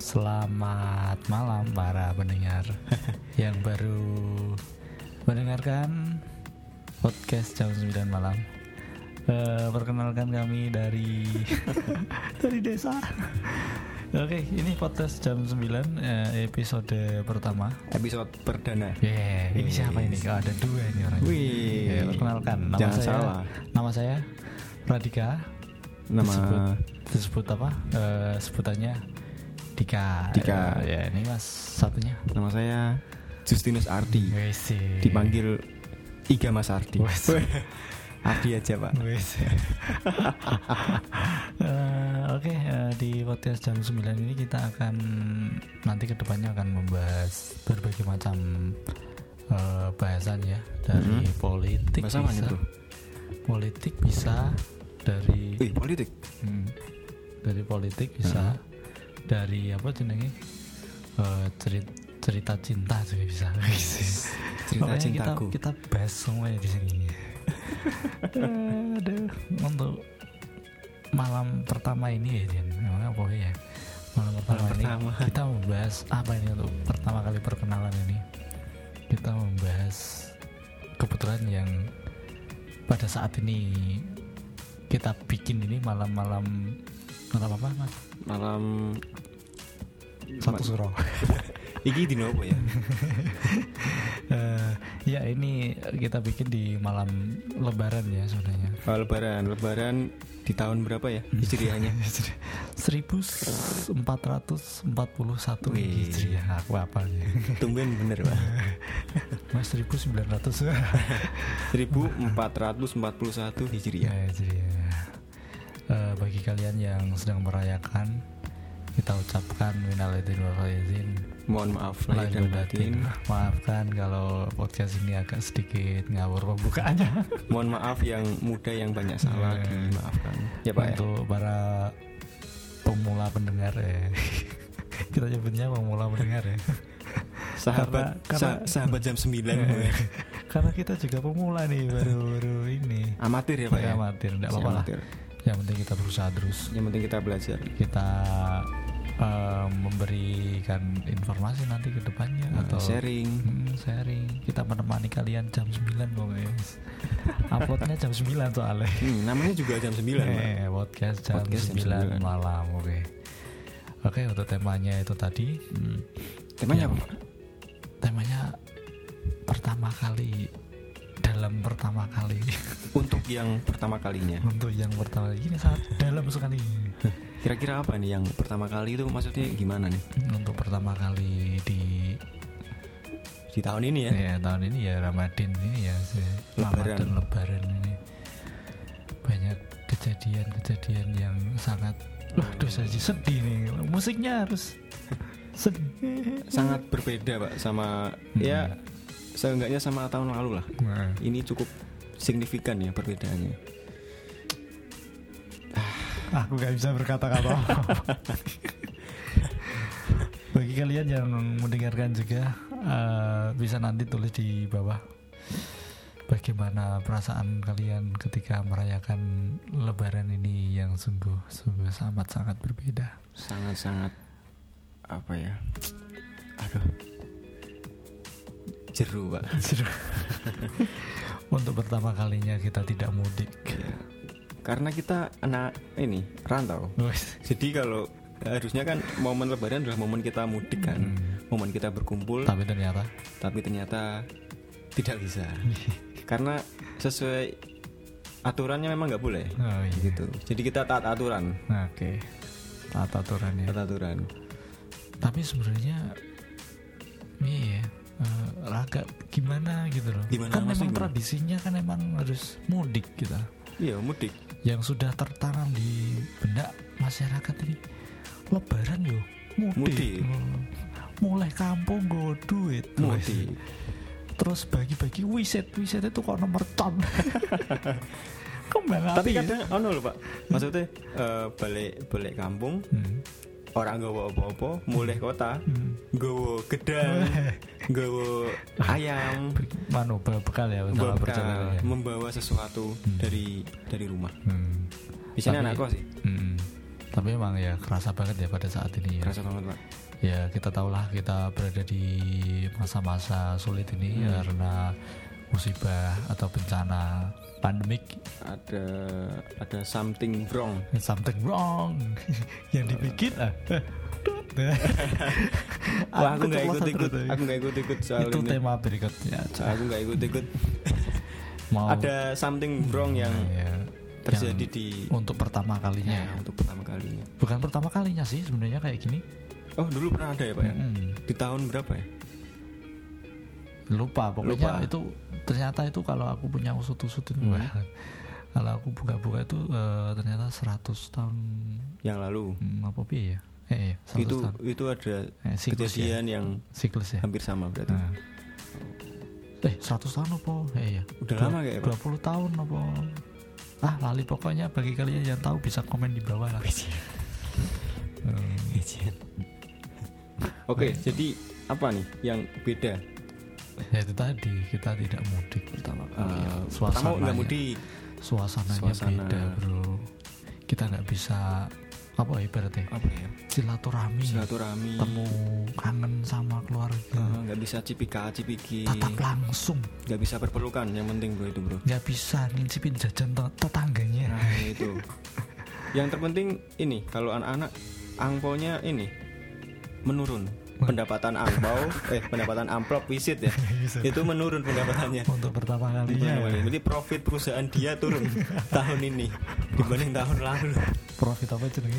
Selamat malam para pendengar yang baru mendengarkan podcast jam 9 malam. Perkenalkan kami dari dari desa. Oke, ini podcast jam 9 episode pertama. Episode perdana. Ini siapa ini? Oh, ada dua ini orangnya. Wih. Perkenalkan, Jangan salah. Nama saya Radika. Disebut apa? Sebutannya Dika. Ya, ini Mas satunya. Nama saya Justinus Ardi. Dipanggil Iga Mas Ardi. Ardi aja Pak. Oke, di podcast jam 9 ini kita akan nanti kedepannya akan membahas berbagai macam bahasan ya. Dari politik bahasa bisa, politik bisa dari politik. Dari politik bisa, dari apa jenenge cerita cinta juga bisa. Cerita cintaku. Kita bahas semuanya di sini. Untuk malam pertama ini ya, apa ya? Malam pertama ini kita membahas apa ini untuk pertama kali perkenalan ini. Kita membahas kebetulan yang pada saat ini kita bikin ini malam apa Mas? Malam Satu Suro. Iki dino apa ya? Ya ini kita bikin di malam Lebaran ya sebenarnya. Lebaran di tahun berapa ya hijriahnya? 1441 Hijriah. Aku apalnya. Tumben bener Pak. Mas 1900. 1441 Hijriah. Ya, bagi kalian yang sedang merayakan, kita ucapkan minal aidin wal faizin. Mohon maaf lahir dan batin. Maafkan kalau podcast ini agak sedikit ngawur pembukaannya. Mohon maaf yang muda yang banyak salah, dimaafkan. Ya Pak. Untuk para pemula pendengar ya. Kita nyebutnya pemula pendengar ya. Sahabat jam 9. Karena kita juga pemula nih, baru ini. Amatir ya Pak ya. Amatir, enggak apa-apa lah. Yang penting kita berusaha terus. Yang penting kita belajar. Kita memberikan informasi nanti ke depannya atau sharing. Kita menemani kalian jam 9 pokoknya. Uploadnya jam 9 soalnya. Namanya juga jam 9. Podcast jam 9 malam. Oke, untuk temanya itu tadi. Temanya apa? Temanya pertama kali. Dalam pertama kali. Untuk yang pertama kalinya. Untuk yang pertama kali ini sangat dalam sekali. Kira-kira apa nih yang pertama kali itu maksudnya gimana nih? Untuk pertama kali di tahun ini ya? Ya tahun ini ya Ramadan ini ya. Lebaran ini banyak kejadian yang sangat sedih nih. Musiknya harus sedih. Sangat berbeda Pak sama ya seenggaknya sama tahun lalu lah. Ini cukup signifikan ya perbedaannya. Aku gak bisa berkata-kata. Bagi kalian yang mendengarkan juga bisa nanti tulis di bawah bagaimana perasaan kalian ketika merayakan Lebaran ini yang sungguh sangat berbeda. Sangat apa ya? Jeru Pak. Untuk pertama kalinya kita tidak mudik ya. Karena kita anak ini rantau. Jadi kalau harusnya kan momen Lebaran adalah momen kita mudik kan, momen kita berkumpul. Tapi ternyata tidak bisa. Karena sesuai aturannya memang nggak boleh. Gitu. Jadi kita taat aturan. Oke. Taat aturan ya. Taat aturan. Tapi sebenarnya agak gimana gitu loh. Kan memang tradisinya kan emang harus mudik kita. Iya mudik. Yang sudah tertanam di benak masyarakat ini, Lebaran yo mudik. Mulai kampung go duit mudik. Terus bagi-bagi wiset itu kok nomor ton. Tapi kadang loh Pak. Maksudnya balik kampung. Orang gawa apa-apa, mulai kota, gawa gedang, gawa ayam, bekal ya, membawa sesuatu dari rumah. Biasanya anak kos sih. Tapi emang ya kerasa banget ya pada saat ini ya. Kerasa banget Pak. Ya kita tahulah kita berada di masa-masa sulit ini karena musibah atau bencana pandemik. Ada something wrong yang dibikin Wah, aku nggak ikut soal itu ini. tema berikutnya. Aku nggak ikut. Ada something wrong yang terjadi di untuk pertama kalinya. Untuk pertama kalinya. Bukan pertama kalinya sih sebenarnya kayak gini. Oh dulu pernah ada ya Pak ya? Di tahun berapa ya? Lupa pokoknya. Itu ternyata itu kalau aku punya usut-usut itu kalau aku buka-buka itu ternyata 100 tahun yang lalu. Apa ya? Itu ada kejadian yang siklus ya. Hampir sama berarti. 100 tahun apa? Udah lama kayak 20 tahun apa? Lali pokoknya bagi kalian yang tahu bisa komen di bawah lah. Oke, jadi apa nih yang beda? Ya itu tadi kita tidak mudik pertama kali. Pertama nggak mudik. Suasananya beda bro. Kita nggak bisa ibaratnya silaturahmi temu kangen sama keluarga, nggak bisa cipika-cipiki tatap langsung, nggak bisa berpelukan, yang penting bro itu bro, nggak bisa ngincipin jajan tetangganya. Itu yang terpenting ini kalau anak-anak angpaunya ini menurun, pendapatan pendapatan amplop visit ya itu menurun pendapatannya untuk pertama kalinya. Jadi profit perusahaan dia turun tahun ini dibanding tahun lalu. Profit apa jenenge?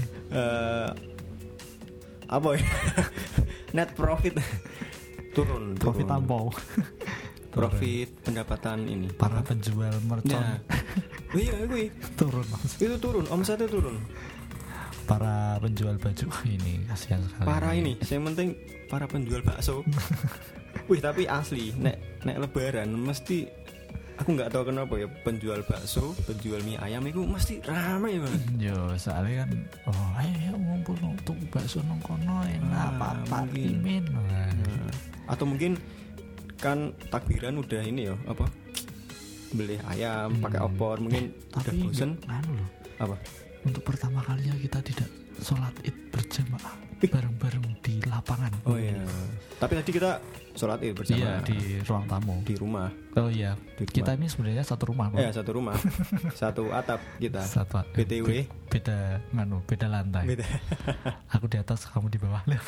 Apa ya? Net profit turun. Profit ampau. Profit pendapatan ini. Para penjual mercon. Iya, turun. Itu turun, omsetnya turun. Para penjual baju ini kasihan sekali. Para ini, yang penting para penjual bakso. Tapi asli nek lebaran mesti, aku nggak tahu kenapa ya, penjual bakso, penjual mie ayam itu mesti ramai banget. Yo, soalnya kan ayo ngumpul untuk bakso nang kono enak Pak Imin. Atau mungkin kan takbiran udah ini ya, beli ayam pakai opor, mungkin udah bosen. Apa? Untuk pertama kalinya kita tidak sholat id berjamaah bareng-bareng di lapangan. Oh iya. Tapi tadi kita sholat id bersama. Iya, di ruang tamu. Di rumah. Oh iya. Kita ini sebenarnya satu rumah. Satu rumah. Satu atap kita. BTW. Beda lantai. Beda. Aku di atas, kamu di bawah. Aduh.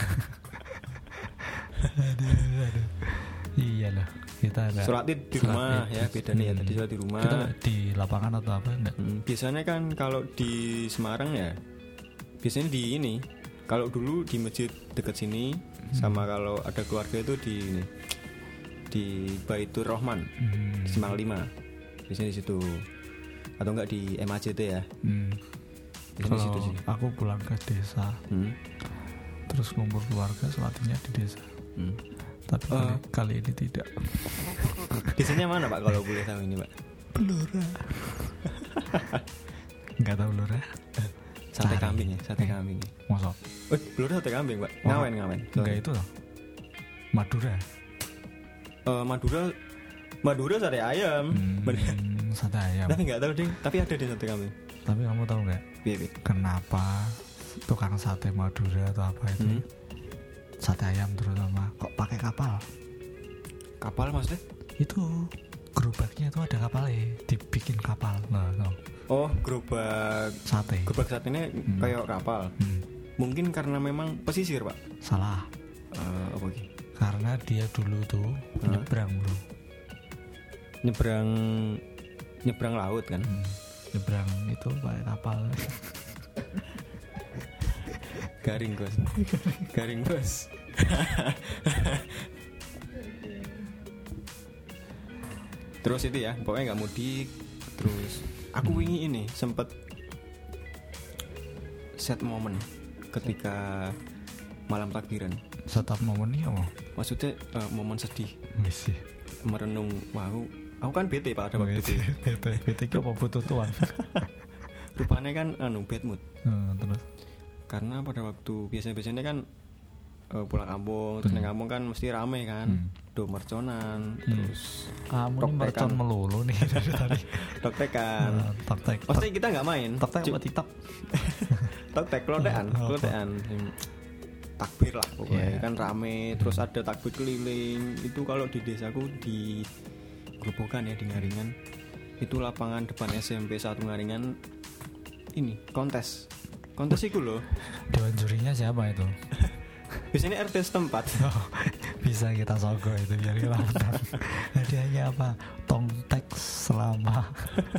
Iya loh. Kita ada sholat id di rumah ya, beda nih ya, tadi sholat di rumah. Kita di lapangan atau apa enggak? Biasanya kan kalau di Semarang ya, biasanya di ini. Kalau dulu di masjid dekat sini, sama kalau ada keluarga itu di Baitur Rahman, di Semarang 5. Biasanya di situ. Atau enggak di MAJT ya. Kalau situ sih. Aku pulang ke desa, terus ngumpul keluarga, sholatnya di desa. Tapi kali ini tidak. Desanya mana Pak kalau boleh tahu ini Pak? Blora. Enggak tahu Blora. Sate kambing ya, sate kambing. Masa? Blora sate kambing Pak. Ngawen. Enggak itu loh. Madura. Madura sate ayam. Sate ayam. Tapi enggak tahu ding, tapi ada di sate kambing. Tapi kamu tahu enggak? Kenapa tukang sate Madura atau apa itu? Sate ayam terutama kok pakai kapal? Kapal maksudnya? Itu gerobaknya itu ada kapalnya, dibikin kapal. Oh, gerobak sate. Gerobak satenya kayak kapal. Mungkin karena memang pesisir Pak. Salah. Apa gitu? Karena dia dulu tuh nyebrang bro. Nyebrang laut kan? Nyebrang itu pakai kapal. Garing bos. Terus itu ya, pokoknya nggak mudik. Terus aku wingi ini sempet set momen ketika malam takbiran. Set momen ini apa? Maksudnya momen sedih. Misi. Merenung, aku kan bete Pak ada waktu itu. Bete apa butuh tuan? Rupanya kan bad mood. Terus karena pada waktu biasanya kan pulang kampung, terus kampung kan mesti rame kan, do merconan, terus kamu ini mercon melulu nih dari tadi. Toktekan. Pasti kita nggak main. Toktek apa TikTok? Toktek klotekan. Takbir lah pokoknya kan rame, terus ada takbir keliling. Itu kalau di desaku di Grobogan ya, di Ngaringan. Itu lapangan depan SMP 1 Ngaringan ini kontes itu loh. Dewan jurinya siapa itu? Biasanya RT setempat. Bisa kita sogo itu biar kita menang. Hadiahnya apa? Tongtek selama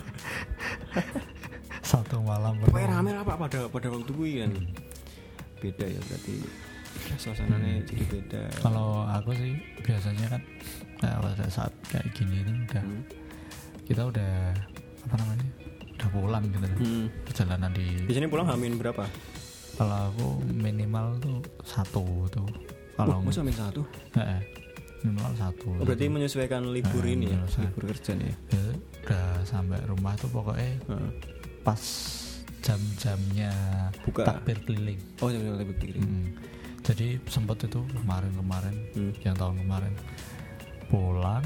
1 malam. Pokoknya rame lah Pak pada waktu gue kan. Beda ya berarti suasananya jadi beda. Kalau aku sih biasanya kan pada saat kayak gini itu kita udah apa namanya? Udah pulang gitu. Perjalanan di biasanya pulang Hamin berapa? Kalau aku minimal tuh 1 tuh. Kalau masa Hamin 1? Minimal 1. Berarti menyesuaikan libur ini ya, libur kerja nih. Ya, udah sampai rumah tuh pokoknya pas jam-jamnya buka takbir keliling. Oh, jam-jam takbir keliling. Jadi sempat itu kemarin yang tahun kemarin pulang,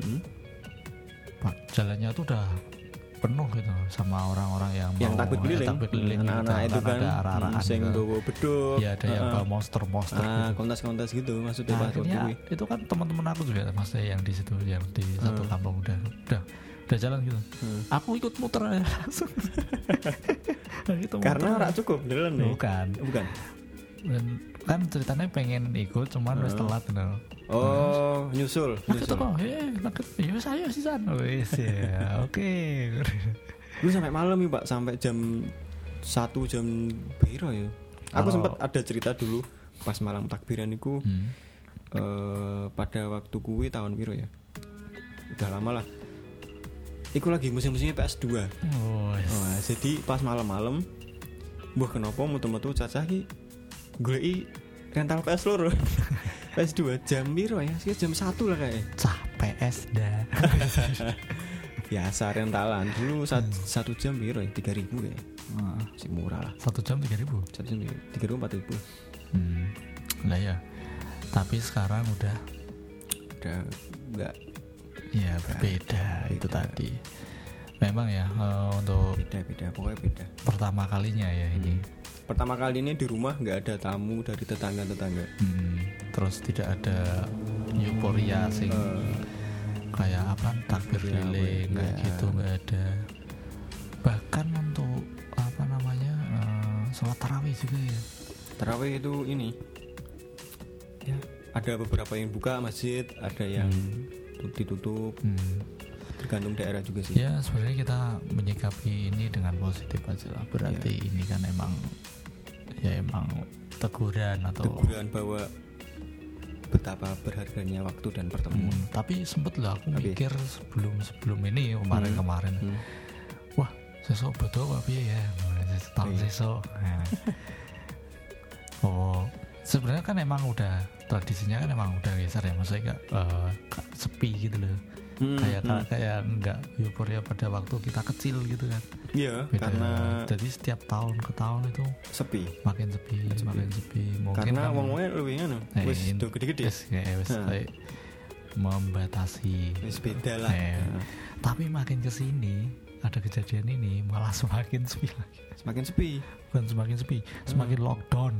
jalannya tuh udah penuh gitu sama orang-orang yang takbir keliling. Anak-anak itu kan ada arah-arahan sing gowo beduk. Ya ada yang bawa monster gitu. Kontes-kontes gitu maksudnya Pak. Akhirnya itu kan teman-teman aku juga maksudnya yang di situ yang di satu kampung udah jalan gitu. Aku ikut muter aja langsung. Karena ora cukup jalan nih. Bukan. Dan kan ceritanya pengen ikut cuman wis telat bener. Oh, nyusul. Nakit kok, ya saya sih sana wis ya. Oke. Lu sampai malam ya, Pak, sampai jam 1 jam piro ya. Aku sempat ada cerita dulu pas malam takbiran iku pada waktu kuwi tahun piro ya. Udah lama lah. Iku lagi musim-musimnya PS2. Jadi pas malam-malam mbah kenapa metu-metu cacah ki goleki rental PS loro. PS2 jam piro ya? Jam 1 lah kayaknya. Cah PS dah. Biasa rentalan. Dulu 1 jam piro ya? 3.000 ya. Masih murah lah. 1 jam 3.000. 1 jam 3.000 4.000. Lah ya. Tapi sekarang udah enggak. Ya beda itu tadi. Memang ya untuk beda pokoknya beda. Pertama kalinya ya ini. Pertama kali ini di rumah nggak ada tamu dari tetangga-tetangga. Terus tidak ada euforia sing kayak apa takbir keliling kayak gitu nggak ada. Bahkan untuk apa namanya sholat tarawih juga ya. Tarawih itu ini ya ada beberapa yang buka masjid, ada yang ditutup. Tergantung daerah juga sih. Ya sebenarnya kita menyikapi ini dengan positif aja lah. Berarti ini kan emang teguran bahwa betapa berharganya waktu dan pertemuan. Tapi sempet lah aku mikir sebelum ini kemarin. Wah sesok betul apa ya? Tahun sesok. Sebenarnya kan emang udah tradisinya kan emang udah geser ya, maksudnya sepi gitu loh. Kayak enggak euforia pada waktu kita kecil gitu kan. Iya, karena jadi setiap tahun ke tahun itu makin sepi. Mungkin karena wong-wongnya lebih ngono. Wis do gede-gede. Wis kayak membatasi. Wis beda lah. Tapi makin kesini ada kejadian ini malah semakin sepi lagi. Semakin sepi. Bukan semakin sepi, semakin lockdown.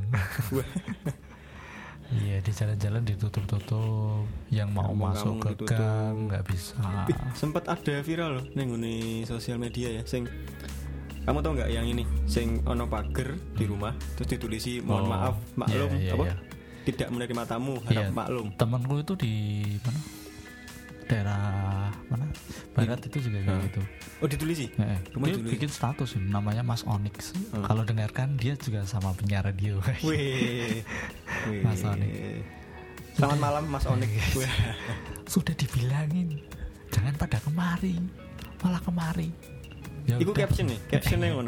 Iya, di jalan-jalan ditutup-tutup, yang mau masuk ke gang nggak bisa. Sempat ada viral loh neng sosial media ya, sing kamu tahu nggak yang ini, sing ono pager di rumah terus ditulisi mohon maaf maklum tidak menerima tamu harap maklum. Temanku itu di mana? Daerah mana? Barat itu juga kayak gitu. Oh ditulisi? Dia bikin status namanya Mas Onyx. Kalau dengarkan dia juga sama penyiar radio. Wih. Mas Onyx. Selamat malam Mas Onyx. Sudah dibilangin jangan pada kemari, malah kemari. Ya itu caption nih, captionnya ngono.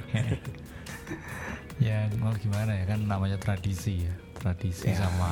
Ya mau gimana ya, kan namanya tradisi ya. Tradisi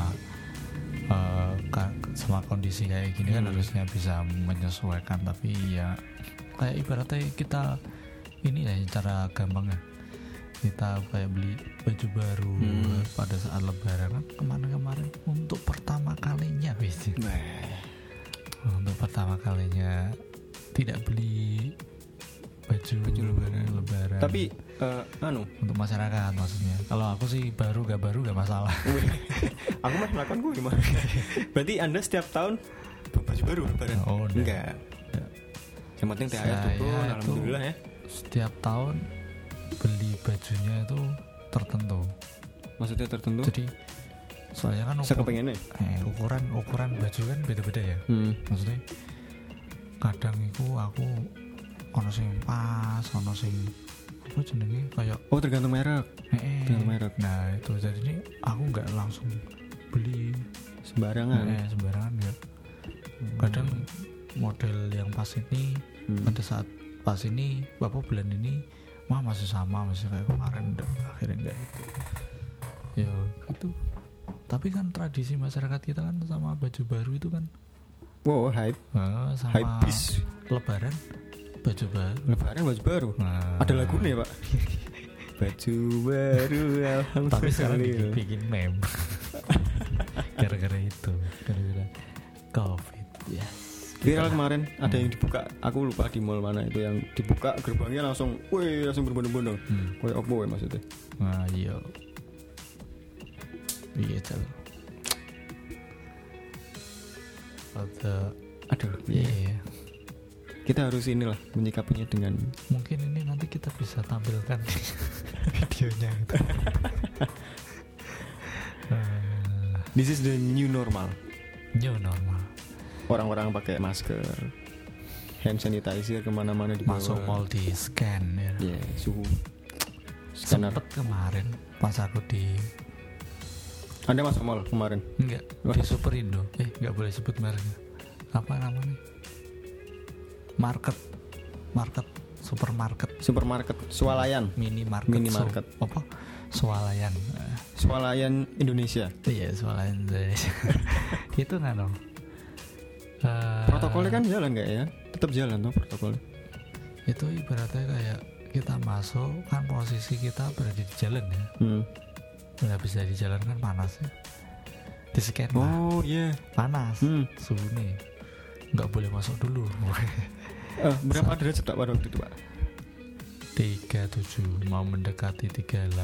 sama kondisi kayak gini kan harusnya bisa menyesuaikan, tapi ya kayak ibaratnya kita ini ya cara gampangnya kita kayak beli baju baru pada saat lebaran kan kemarin untuk pertama kalinya untuk pertama kalinya tidak beli baju lebaran. Tapi untuk masyarakat maksudnya. Kalau aku sih baru gak masalah. Aku mah melakukan gue gimana? Berarti Anda setiap tahun baju baru lebaran? Oh, enggak. Yang penting THR turun, alhamdulillah ya. Setiap tahun beli bajunya itu tertentu. Maksudnya tertentu? Jadi soalnya kan ukuran baju kan beda-beda ya. Maksudnya kadang itu aku ono sing pas, ono sing apa jenenge kayak tergantung merek. Tergantung merek. Nah, itu jadi ini aku enggak langsung beli sembarangan. Sembarangan enggak. Kadang model yang pas ini pada saat pas ini bapak bulan ini masih sama, masih kayak kemarin, akhirnya enggak itu. Ya gitu. Tapi kan tradisi masyarakat kita kan sama baju baru itu kan hype. Sama hype bis. Lebaran baju baru. Lebaran baju baru. Ada lagunya Pak. Baju baru alhamdulillah. Tapi sekarang bikin meme. Gara-gara itu, gara-gara COVID. Yes. Viral kemarin ada yang dibuka, aku lupa di mall mana itu yang dibuka gerbangnya langsung berbondong-bondong. Kayak opo ya maksudnya? Nah, iya cal. Aduh, iya. Kita harus inilah menyikapinya dengan mungkin ini nanti kita bisa tampilkan videonya gitu. This is the new normal. Orang-orang pakai masker, hand sanitizer kemana-mana dibawa. Masuk mall di scan ya. Suhu. Sempet kemarin pas aku di. Anda masuk mall kemarin? Enggak. Di Superindo. Enggak boleh sebut mereknya. Apa namanya? Supermarket. Swalayan. Minimarket. Apa? Swalayan Indonesia. Iya, Swalayan Indonesia. Itu nggak dong? Protokolnya kan jalan nggak ya? Tetap jalan tuh protokolnya. Itu ibaratnya kayak kita masuk kan posisi kita berada di jalan ya. Nggak bisa di jalan kan panas ya. Di scan lah. Oh iya. Panas. Suhu nih. Nggak boleh masuk dulu. Berapa derajat Pak pada waktu itu Pak? 37 mau mendekati 38.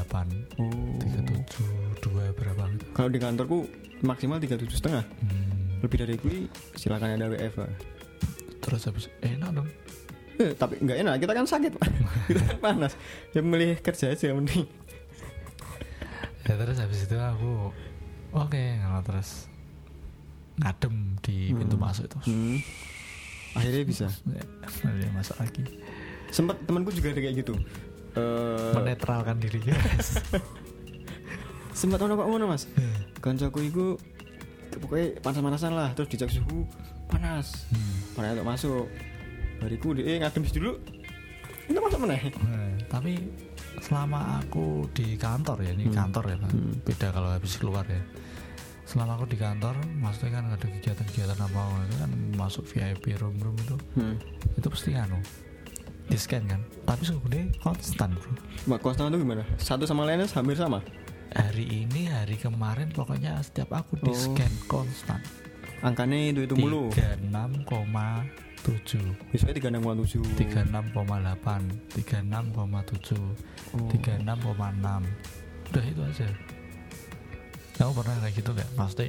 37 2 berapa gitu. Kalau di kantorku maksimal 37,5. Lebih dari itu silakan ada WFH. Terus habis enak dong. Tapi nggak enak, kita kan sakit Pak. Kita kan panas. Ya milih kerja aja mending. Ya terus habis itu aku terus ngadem di pintu masuk itu. Akhirnya bisa. Akhirnya masuk lagi. Sempat temanku juga ada kayak gitu. Menetralkan dirinya. Sempat ono Pak ngono Mas. Kancaku iku pokoknya panas-panasan lah, terus dicek suhu panas. Panas untuk masuk. Bariku ngadem dulu. Itu masuk mana? Tapi selama aku di kantor ya, ini kantor ya Pak. Beda kalau habis keluar ya. Selama aku di kantor, maksudnya kan ada kegiatan-kegiatan apa itu kan masuk VIP room itu. Itu pasti di scan kan. Tapi sebenarnya konstan bro. Konstan itu gimana? Satu sama lainnya hampir sama? Hari ini, hari kemarin pokoknya setiap aku di scan konstan. Angkanya itu mulu 36,7. Biasanya 36,7 36,8 36,7 36,6. Udah itu aja. Kamu pernah kayak gitu gak? Pasti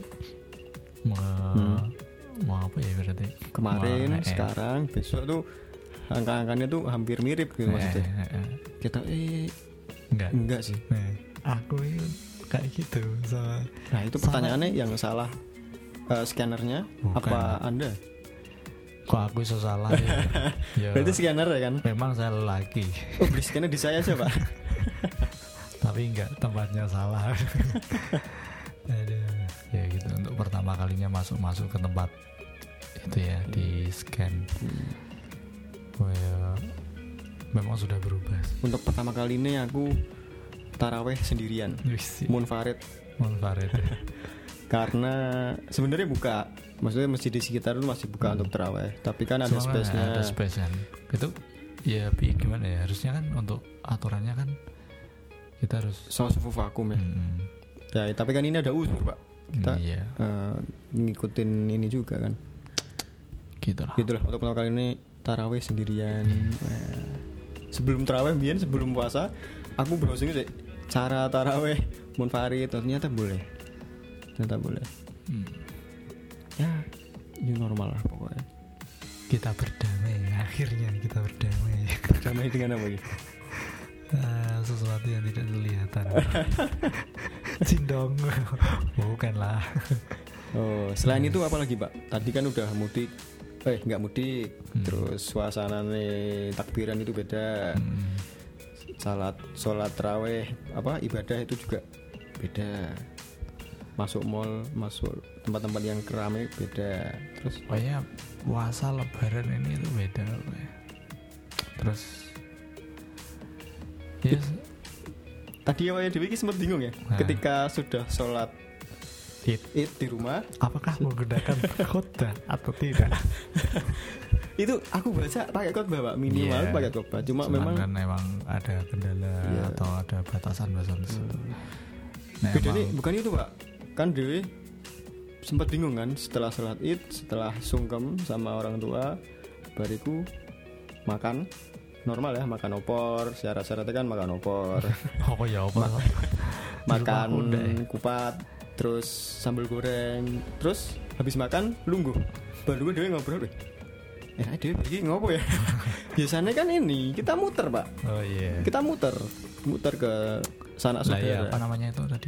mau apa ya berarti? Kemarin, sekarang, besok tuh angka-angkanya tuh hampir mirip gitu maksudnya. Kita enggak sih. Aku itu kayak gitu. Nah itu pertanyaannya yang salah scannernya. Bukan. Apa Anda? Kok aku iso salah ya? Berarti scanner ya kan? Memang saya lelaki. Beli scanner di saya aja Pak. Tapi enggak, tempatnya salah. Ya gitu, untuk pertama kalinya masuk ke tempat itu ya di scan. Memang sudah berubah. Untuk pertama kali ini aku taraweh sendirian. Munfarid. Karena sebenarnya buka, maksudnya masjid di sekitar itu masih buka untuk taraweh. Tapi kan ada space-nya. Ada space-nya. Itu ya gimana ya? Harusnya kan untuk aturannya kan kita harus sufu vakum ya. Ya, tapi kan ini ada uzur Pak. Kita ngikutin ini juga kan. Gitu lah. Untuk pertama kali ini tarawih sendirian. Sebelum tarawih sebelum puasa aku browsing sih cara tarawih munfarid, ternyata boleh. Ya, ini normal lah pokoknya. Kita berdamai, akhirnya kita berdamai. Berdamai dengan apa gitu? Sesuatu yang tidak kelihatan. Cindong. Bukanlah. Oh, selain itu apa lagi, Pak? Tadi kan udah mudik. Enggak mudik. Terus suasananya takbiran itu beda. Salat tarawih ibadah itu juga beda. Masuk mall, masuk tempat-tempat yang keramai beda. Terus puasa lebaran ini itu beda ya. Terus tadi awalnya Dewi sempat bingung ya ketika sudah sholat Id di rumah, apakah menggunakan khotbah atau tidak? Itu aku baca pakai khotbah, Pak, minimal pakai khotbah. Cuma memang kan ada kendala atau ada batasan-batasan. Bedanya bukan itu, Pak. Kan Dewi sempat bingung kan setelah sholat Id, setelah sungkem sama orang tua, bariku makan normal ya, makan opor, syarat-syaratnya kan makan opor. Opor. Makan kupat, terus sambal goreng, terus habis makan lungguh. Baru Dewi ngobrol deh. Dewi pergi ngopo ya? Biasanya kan ini kita muter, Pak. Oh iya. Kita muter ke sanak saudara. Apa namanya itu tadi?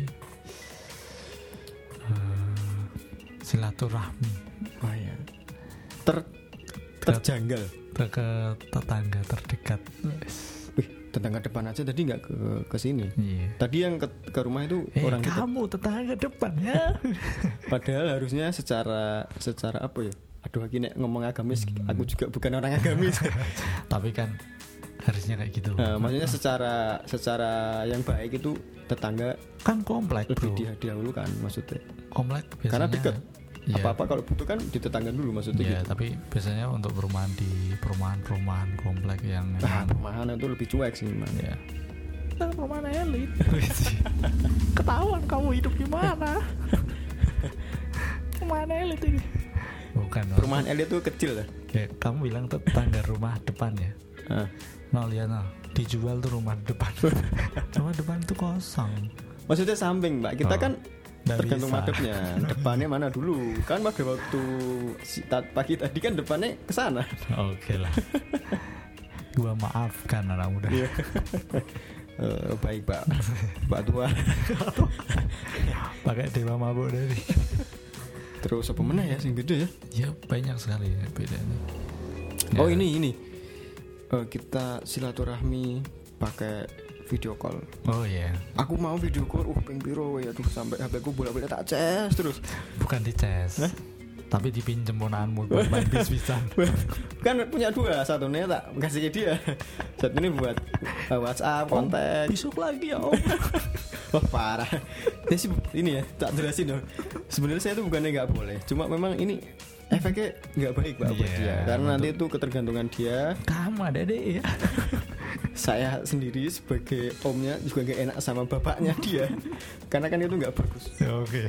Silaturahmi. Oh iya. Terjanggal ke tetangga terdekat. Tetangga depan aja tadi nggak ke sini. Iya. Tadi yang ke rumah itu orang kamu tetangga depan ya. Padahal harusnya secara apa ya? Aduh, gini ngomong agamis, aku juga bukan orang agamis. Tapi kan harusnya kayak gitu. Maksudnya secara yang baik itu tetangga kan komplek lebih didahulukan maksudnya. Komplek biasanya. Karena dekat. Ya. Apa-apa kalau butuh kan di tetangga dulu maksudnya. Iya, gitu. Tapi biasanya untuk perumahan di perumahan komplek yang perumahan itu lebih cuek sih memang. Iya. Nah, perumahan elit. Ketahuan kamu hidup di mana. Perumahan elit ini. Bukan. Perumahan elit itu kecil lah. Ya, kamu bilang tetangga rumah depan ya. Lihat dijual tuh rumah depan. Rumah depan itu kosong. Maksudnya samping, Mbak. Kita kan tergantung madepnya. Depannya mana dulu? Kan pada waktu pagi tadi kan depannya ke sana. Oke lah. Gua maafkan anak muda. Baik, Pak. Pak tua. Pakai dewa mabuk dari. Terus apa mana ya sing beda ya? Ya banyak sekali ya bedanya. Oh ini. Kita silaturahmi pakai video call. Oh iya. Aku mau video call, ping piro ya, aduh sampai HP ku bolak-balik tak cas terus. Bukan di cas. Tapi dipinjem ponaanmu buat main bis-bisan. Kan punya dua, satunya tak kasih ke dia. Satunya buat WhatsApp, kontak. Besok lagi ya, Om. Wah, parah. Ini ya, tak jelasin dong. Sebenarnya saya itu bukannya enggak boleh, cuma memang ini efeknya enggak baik, Pak, buat dia. Karena nanti itu ketergantungan dia. Kamu ada deh ya. Saya sendiri sebagai omnya juga gak enak sama bapaknya dia. Karena kan itu gak bagus. Oke.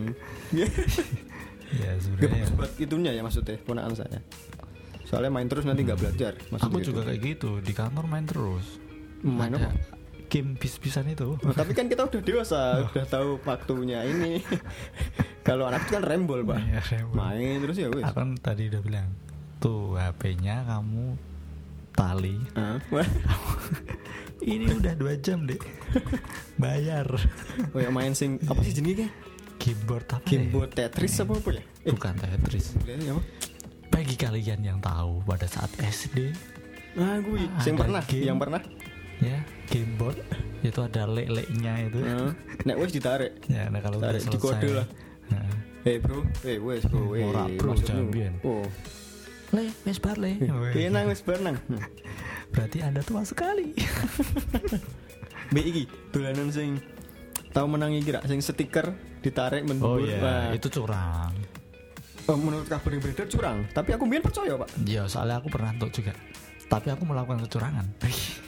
Ya sebenarnya buat itunya ya maksudnya ponakan saya. Soalnya main terus nanti gak belajar. Aku juga kayak gitu. Di kantor main terus. Main apa? Game bis-bisan itu. Tapi kan kita udah dewasa, udah tahu waktunya ini. Kalau anak itu kan rembol, Pak. Ya, main terus ya wes. Aku kan tadi udah bilang, tuh HP-nya kamu tali. Ini udah 2 jam deh. Bayar. Oh ya main sing apa sih jenisnya? Keyboard apa? Keyboard Tetris apa ya? Bukan Tetris. Bagi kalian yang tahu pada saat SD. Gue yang pernah. Ya, gameboard itu ada lek-leknya itu. Nek wes ditarik. Ya, nah kalau udah selesai. Dikode lah. Bro, wes bro, ora bro jambian. Oh. Wes bar le. Kenang wes bar nang. Berarti Anda tua sekali. Mbak iki dolanan sing tahu menang iki ra sing stiker ditarik mendhuwur. Oh iya, itu curang. Menurut kabar yang beredar curang, tapi aku mbiyen percaya, Pak. Iya, soalnya aku pernah nonton juga. Tapi aku melakukan kecurangan.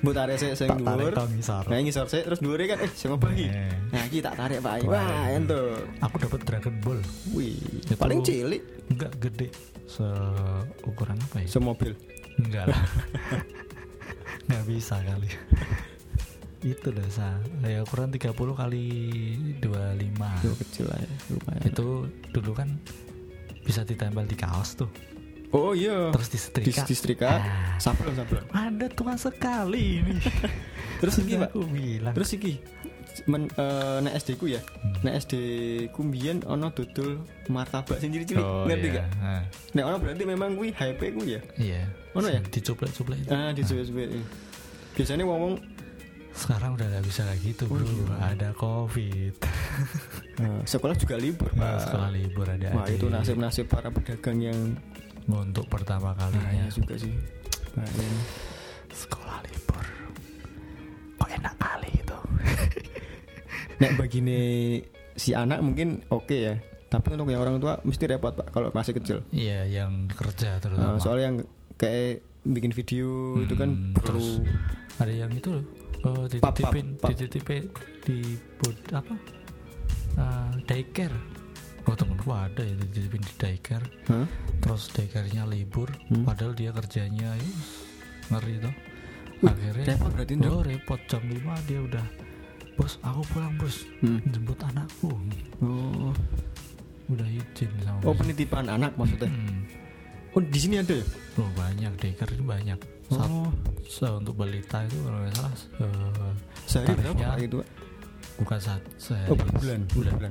Mbok tarik sik sing dhuwur. Ngisor. Nah ngisor sik terus dhuwure kan sing ngopo iki. Nah iki tak tarik Pak. Wah ento. Aku dapat Dragon Ball. Wih, Itu paling cilik. Enggak gede seukuran apa ya? Semobil. Enggak lah. Enggak bisa kali. Itu dosa. Ya ukuran 30 kali 25. Itu kecil lah ya, lumayan. Itu dulu kan bisa ditempel di kaos tuh. Oh iya. Terus disetrika. Disetrika. Sablon. Ada tua sekali ini. Terus iki Pak. Aku bilang. Terus iki nek SD ku ya. Nek SD ku mbiyen ana dodol martabak sing cilik-cilik, ngerti gak? Nek ana berarti memang kuwi hype ku ya. Iya. Ono ya? Dicuplek-cuplek itu. Dicuplek. Biasanya ngomong sekarang udah gak bisa kayak gitu bro. Ada COVID. Sekolah juga libur Pak. Sekolah libur ada. Wah itu nasib-nasib para pedagang yang untuk pertama kalinya juga sih. Sekolah libur. Kok enak kali itu. Nek begini si anak mungkin oke ya. Tapi untuk yang orang tua mesti repot Pak kalau masih kecil. Iya, yang kerja terutama. Soalnya yang kayak bikin video itu kan perlu. Ada yang itu dititipin di apa? Daycare. Oh temenku ada ya dititipin di daycare. Terus daycare-nya libur, padahal dia kerjanya ngeri tuh. Akhirnya repot berarti repot jam 5 dia udah, bos aku pulang bos, jemput anakku. Udah izin sama penitipan anak maksudnya. Di sini ada ya? Banyak daycare itu banyak. Untuk balita itu kalau nggak salah sehari berapa itu? Bukan sehari. Bulan.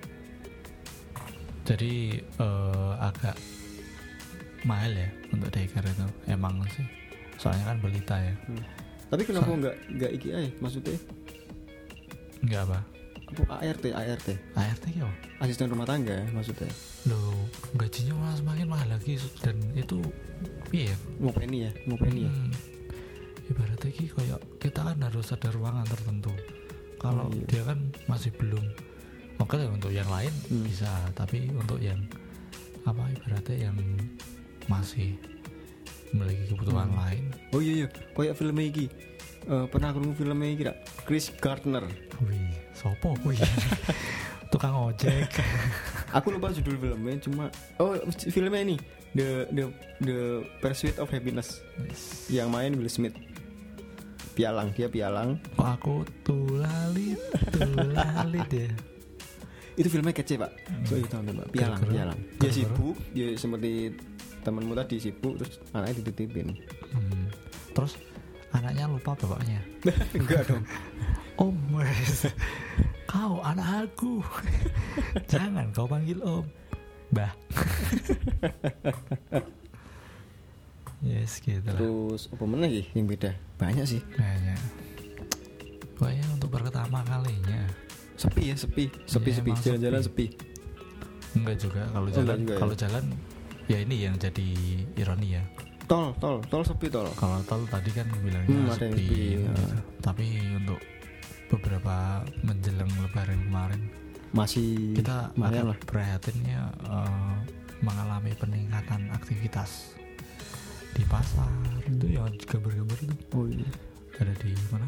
Jadi agak mahal ya untuk daycare itu emang sih. Soalnya kan balita ya. Tapi kenapa enggak iki maksudnya? Enggak apa? ART ya? Asisten rumah tangga maksudnya. Loh, gajinya malah semakin mahal lagi dan itu iya. Ngopeni ya. Ibaratnya kayak kita kan harus ada ruangan tertentu. Kalau dia kan masih belum. Oke lah untuk yang lain bisa, tapi untuk yang apa ibaratnya yang masih memiliki kebutuhan lain. Oh iya kayak film iki. Pernah krungu film iki gak? Chris Gardner. Wih, sopo kuwi? Tukang ojek. Aku lupa judul filmnya cuma filmnya ini The Pursuit of Happiness. Yang main Will Smith. Dia pialang. Kok aku tulalit ya. Itu filmnya kece Pak. So itu nonton Pak. Pialang. Dia sibuk, dia seperti temanmu tadi sibuk terus anaknya dititipin. Terus anaknya lupa bapaknya. Enggak dong. Om, kau anak aku. Jangan kau panggil Om. Bah. Yes gitu lah. Terus apa mana sih yang beda? Banyak sih. Banyak. Pokoknya untuk pertama kalinya. Sepi. Jalan-jalan sepi. Enggak juga kalau jalan ya ini yang jadi ironi ya. Tol sepi tol. Kalau tol tadi kan bilangnya sepi. Tapi untuk beberapa menjelang lebaran kemarin masih kita agak prihatinnya mengalami peningkatan aktivitas di pasar. Itu yang gambar-gambar itu. Ada di mana?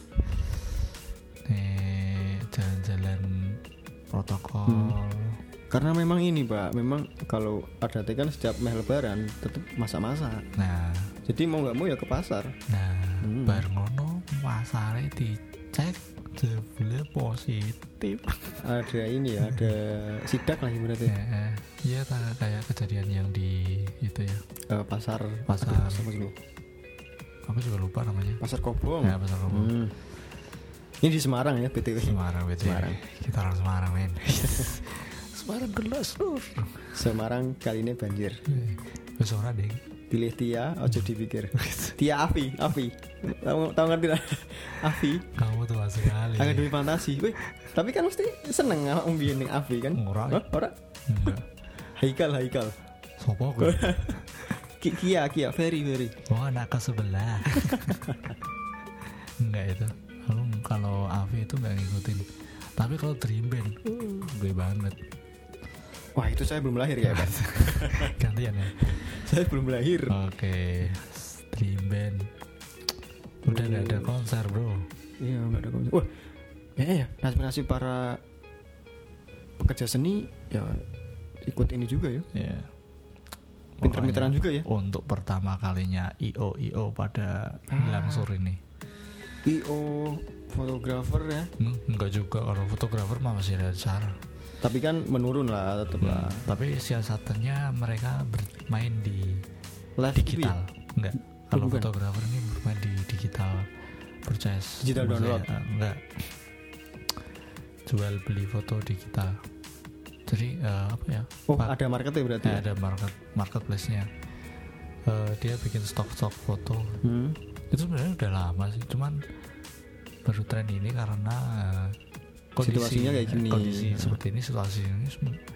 Jalan-jalan protokol. Karena memang ini Pak, memang kalau ada kan setiap lebaran tetap masak-masak. Nah, jadi mau nggak mau ya ke pasar. Nah, bar ngono pasare dicek jebule positif. Ada ini ya, ada sidak lah berarti. Iya, kayak kejadian yang di itu ya. Pasar. Aku juga lupa namanya. Pasar Kobong. Ya, Pasar Kobong. Ini di Semarang ya, BTW. Semarang. Kita orang Semarang, men. Semarang gelas lur. Semarang kali ini banjir. Wis ora, Ding. Pilih Tia, ojo dipikir. Tia Afi. Tahu ngerti lah. Afi. Kamu tuh masuk kali. Agak demi fantasi. Wih, tapi kan mesti seneng sama mbiyen ning Afi kan? Ora. Enggak. Haikal. Sopo aku? Kia, very. Oh, anak ke sebelah. Enggak itu. Kalau Afi itu enggak ngikutin. Tapi kalau Dream Band, gue banget. Wah, itu saya belum lahir ya, Pak. Gantian ya. Saya belum lahir. Oke. Dream Band. Udah nggak ada konser bro. Iya nggak ada konser. Wah ya aspirasi para pekerja seni ya ikut ini juga ya. Ya. Pinter-pinteran juga ya. Untuk pertama kalinya IO pada hilang sur ini. IO fotografer ya. Enggak juga, kalau fotografer mah masih ada cara. Tapi kan menurun lah tetap lah. Tapi siasatannya mereka bermain di Live digital. Enggak. Kalau bukan. fotografer ini bermain di digital purchase. Digital download. Enggak. Jual beli foto digital. Jadi apa ya? Oh, ada marketnya berarti. Ada marketplace-nya. Dia bikin stok foto. Itu sebenarnya udah lama sih, cuman baru tren ini karena situasinya kayak gini. Kondisi seperti ini, situasi ini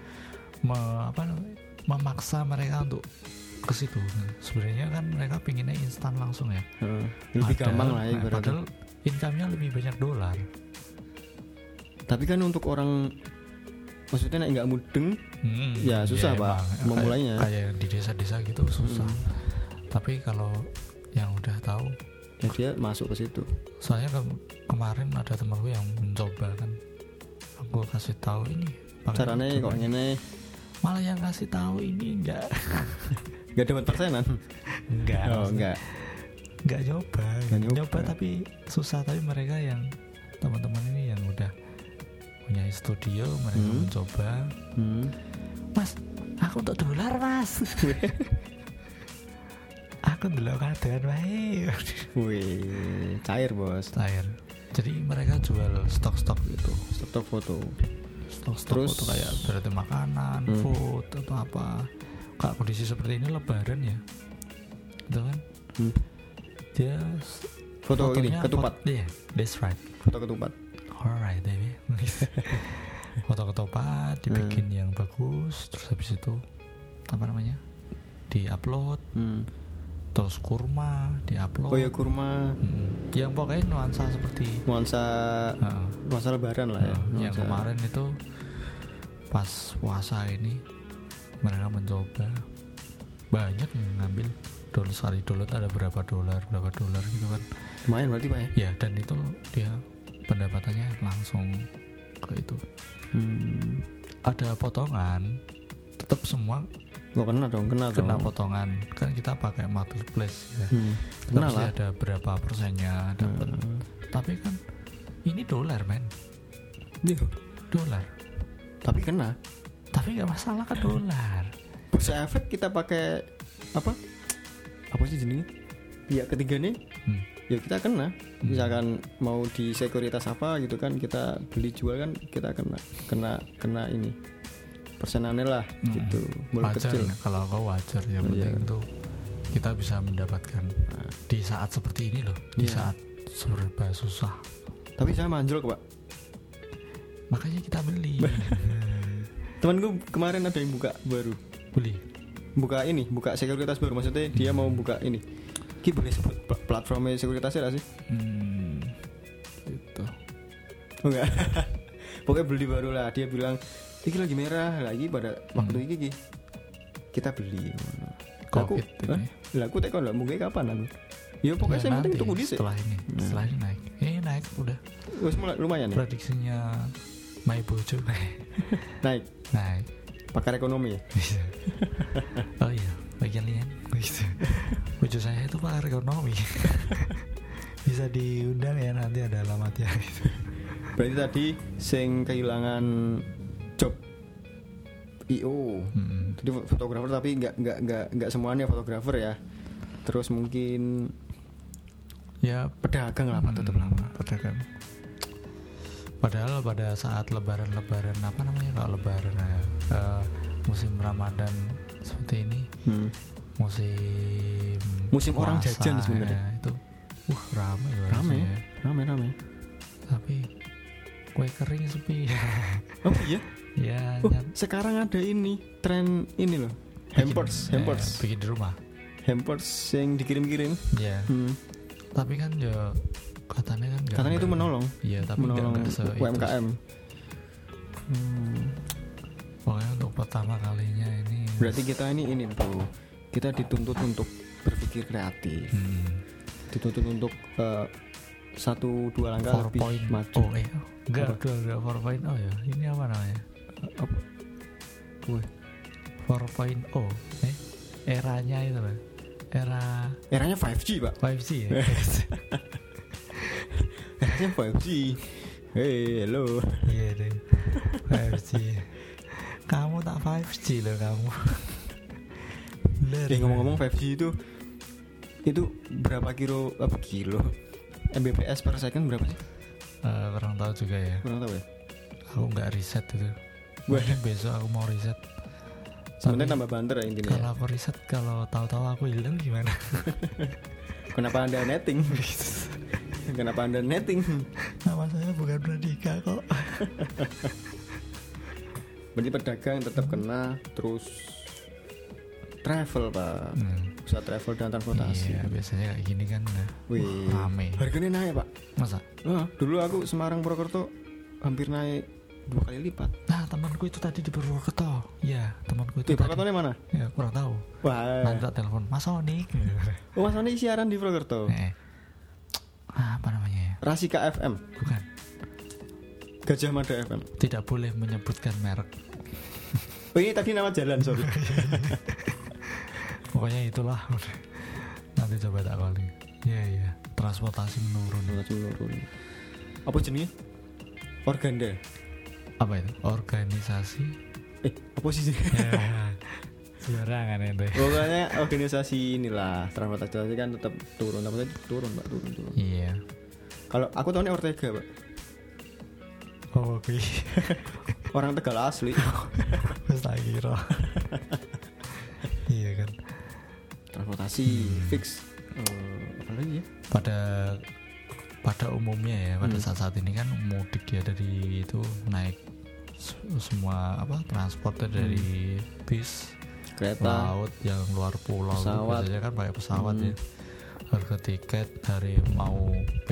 memaksa mereka untuk ke situ. Sebenarnya kan mereka pinginnya instan langsung ya. Lebih gampang lah ya. Padahal income-nya lebih banyak dolar. Tapi kan untuk orang maksudnya nggak mudeng, ya susah ya, pak memulainya. Kayak di desa-desa gitu susah. Tapi kalau yang udah tahu, ya dia masuk ke situ. Soalnya kemarin ada temanku yang mencoba kan, aku kasih tahu ini caranya kok ini, malah yang kasih tahu ini nggak dapat persenan. Nggak nyoba tapi susah. Tapi mereka yang teman-teman ini yang udah punya studio, mereka mencoba. Mas, aku untuk dolar mas. Aku dulu kadoan wae. Wih, cair bos. Cair. Jadi mereka jual stok-stok gitu, stok foto. Terus foto kayak berarti makanan, food atau apa. Kak kondisi seperti ini lebaran ya, gitu kan? Dia foto ini ketupat. Iya, that's right. Foto ketupat. Alright, baby. Foto ketupat dibikin yang bagus, terus habis itu apa namanya? Di-upload. Terus kurma di-upload. Oh ya kurma. Yang pokoknya nuansa seperti nuansa lebaran lah ya. Yang kemarin itu pas puasa ini mereka mencoba, banyak yang ngambil sekali download ada berapa dolar gitu kan. Lumayan berarti pak ya. Ya dan itu dia pendapatannya langsung ke itu. Ada potongan, tetap semua kena potongan. Kan kita pakai marketplace ya. Kena lah. Ada berapa persennya dapat. Tapi kan ini dolar men. Iya. Dolar. Tapi kena. Tapi nggak masalah kan dolar. Bursa efek kita pakai apa sih jenisnya? Ya ketiga nih. Ya kita kena. Misalkan mau di sekuritas apa gitu kan, kita beli jual kan kita kena ini persenannya lah gitu. Wajar kecil. Kalau kau wajar ya, penting tuh kita bisa mendapatkan di saat seperti ini loh, di saat serba susah. Tapi saya manjol pak, makanya kita beli. Temanku kemarin ada yang buka baru, buka sekuritas baru, maksudnya dia mau buka ini. Ki boleh sebut platformnya sekuritasnya gak sih? Itu. Oh enggak. Pokoknya beli baru lah. Dia bilang ini lagi merah lagi pada waktu ini kita beli. Covid ini. Lah aku tekon lah mungkin kapan aku. Ya pokoknya saya penting tunggu dhisik. Setelah ini naik. Naik udah. Wes lumayan ya. Prediksinya My Bojo naik. Pakar ekonomi ya. Oh iya, bagian lian. Bojo saya itu pakar ekonomi. Bisa diundang ya, nanti ada alamatnya gitu. Berarti tadi sing kehilangan job IO. Jadi fotografer tapi enggak semuanya fotografer ya. Terus mungkin ya pedagang lah, tetap lama pedagang. Padahal pada saat lebaran apa namanya, kalau lebaran musim Ramadan seperti ini, musim orang jajan sebenarnya itu ramai. Tapi kue kering sepi. Oh iya ya. Sekarang ada ini tren ini loh, hampers bikin di rumah, hampers yang dikirim-kirim ya. Tapi kan ya katanya itu menolong. Iya, tapi menolong UMKM. Pokoknya untuk pertama kalinya ini berarti kita ini tuh kita dituntut untuk berpikir kreatif. dituntut untuk 1-2 langkah lebih maju. Enggak 4.0 ya. Ini apa namanya? Apa? 4.0 eranya itu loh. Eranya 5G, Pak. 5G ya. Eranya 5G. Hey, hello. Iya deh. 5G. Kamu tak 5G loh kamu. Ngomong-ngomong 5G itu berapa kilo Mbps per second berapa sih? Kurang tahu juga ya. Kurang tahu ya. Aku nggak riset itu. Mungkin besok aku mau riset. Sebenarnya tambah banter ya intinya. Kalau aku riset, kalau tahu-tahu aku hilang gimana? Kenapa Anda netting? Kenapa Anda netting? Nama saya bukan Pradika kok. Berarti pedagang tetap kena, terus travel, Pak. Usaha travel dan transportasi. Iya, biasanya kayak gini kan rame. Harganya naik, Pak. Masa? Dulu aku Semarang Purwokerto hampir naik 2 kali lipat. Nah, temanku itu tadi di Purwokerto. Iya, temanku itu. Di Purwokerto mana? Ya, kurang tahu. Wah. Nanti tak telepon Mas Onik. Oh, Mas Onik siaran di Purwokerto. Apa namanya ya? Rasika FM. Bukan. Gajah Mada FM. Tidak boleh menyebutkan merek. Oh, ini tadi nama jalan, sorry. Pokoknya itulah. Nanti coba tak kali. Iya. Transportasi menurun. Apa jenisnya? Organda. Apa itu? Organisasi. Apa sih? Ya. Sembarangan itu. Pokoknya organisasi inilah transportasi kan tetap turun. Apa tadi? Turun. Iya. Kalau aku tahunya Ortega, Pak. Oh, oke. Orang Tegal asli. Saya kira. Iya kan. Transportasi fix. Apa lagi ya? Pada umumnya ya, pada saat ini kan mudik ya, dari itu naik semua transportnya dari bis, kereta, laut, yang luar pulau, pesawat. Biasanya kan pakai pesawat ya. Harga tiket dari mau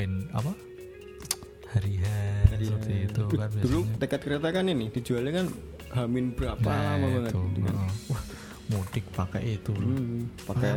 hari seperti itu kan biasanya. Dulu tiket kereta kan ini dijualnya kan hamin berapa lama banget gitu kan. Wah, mudik pakai itu pakai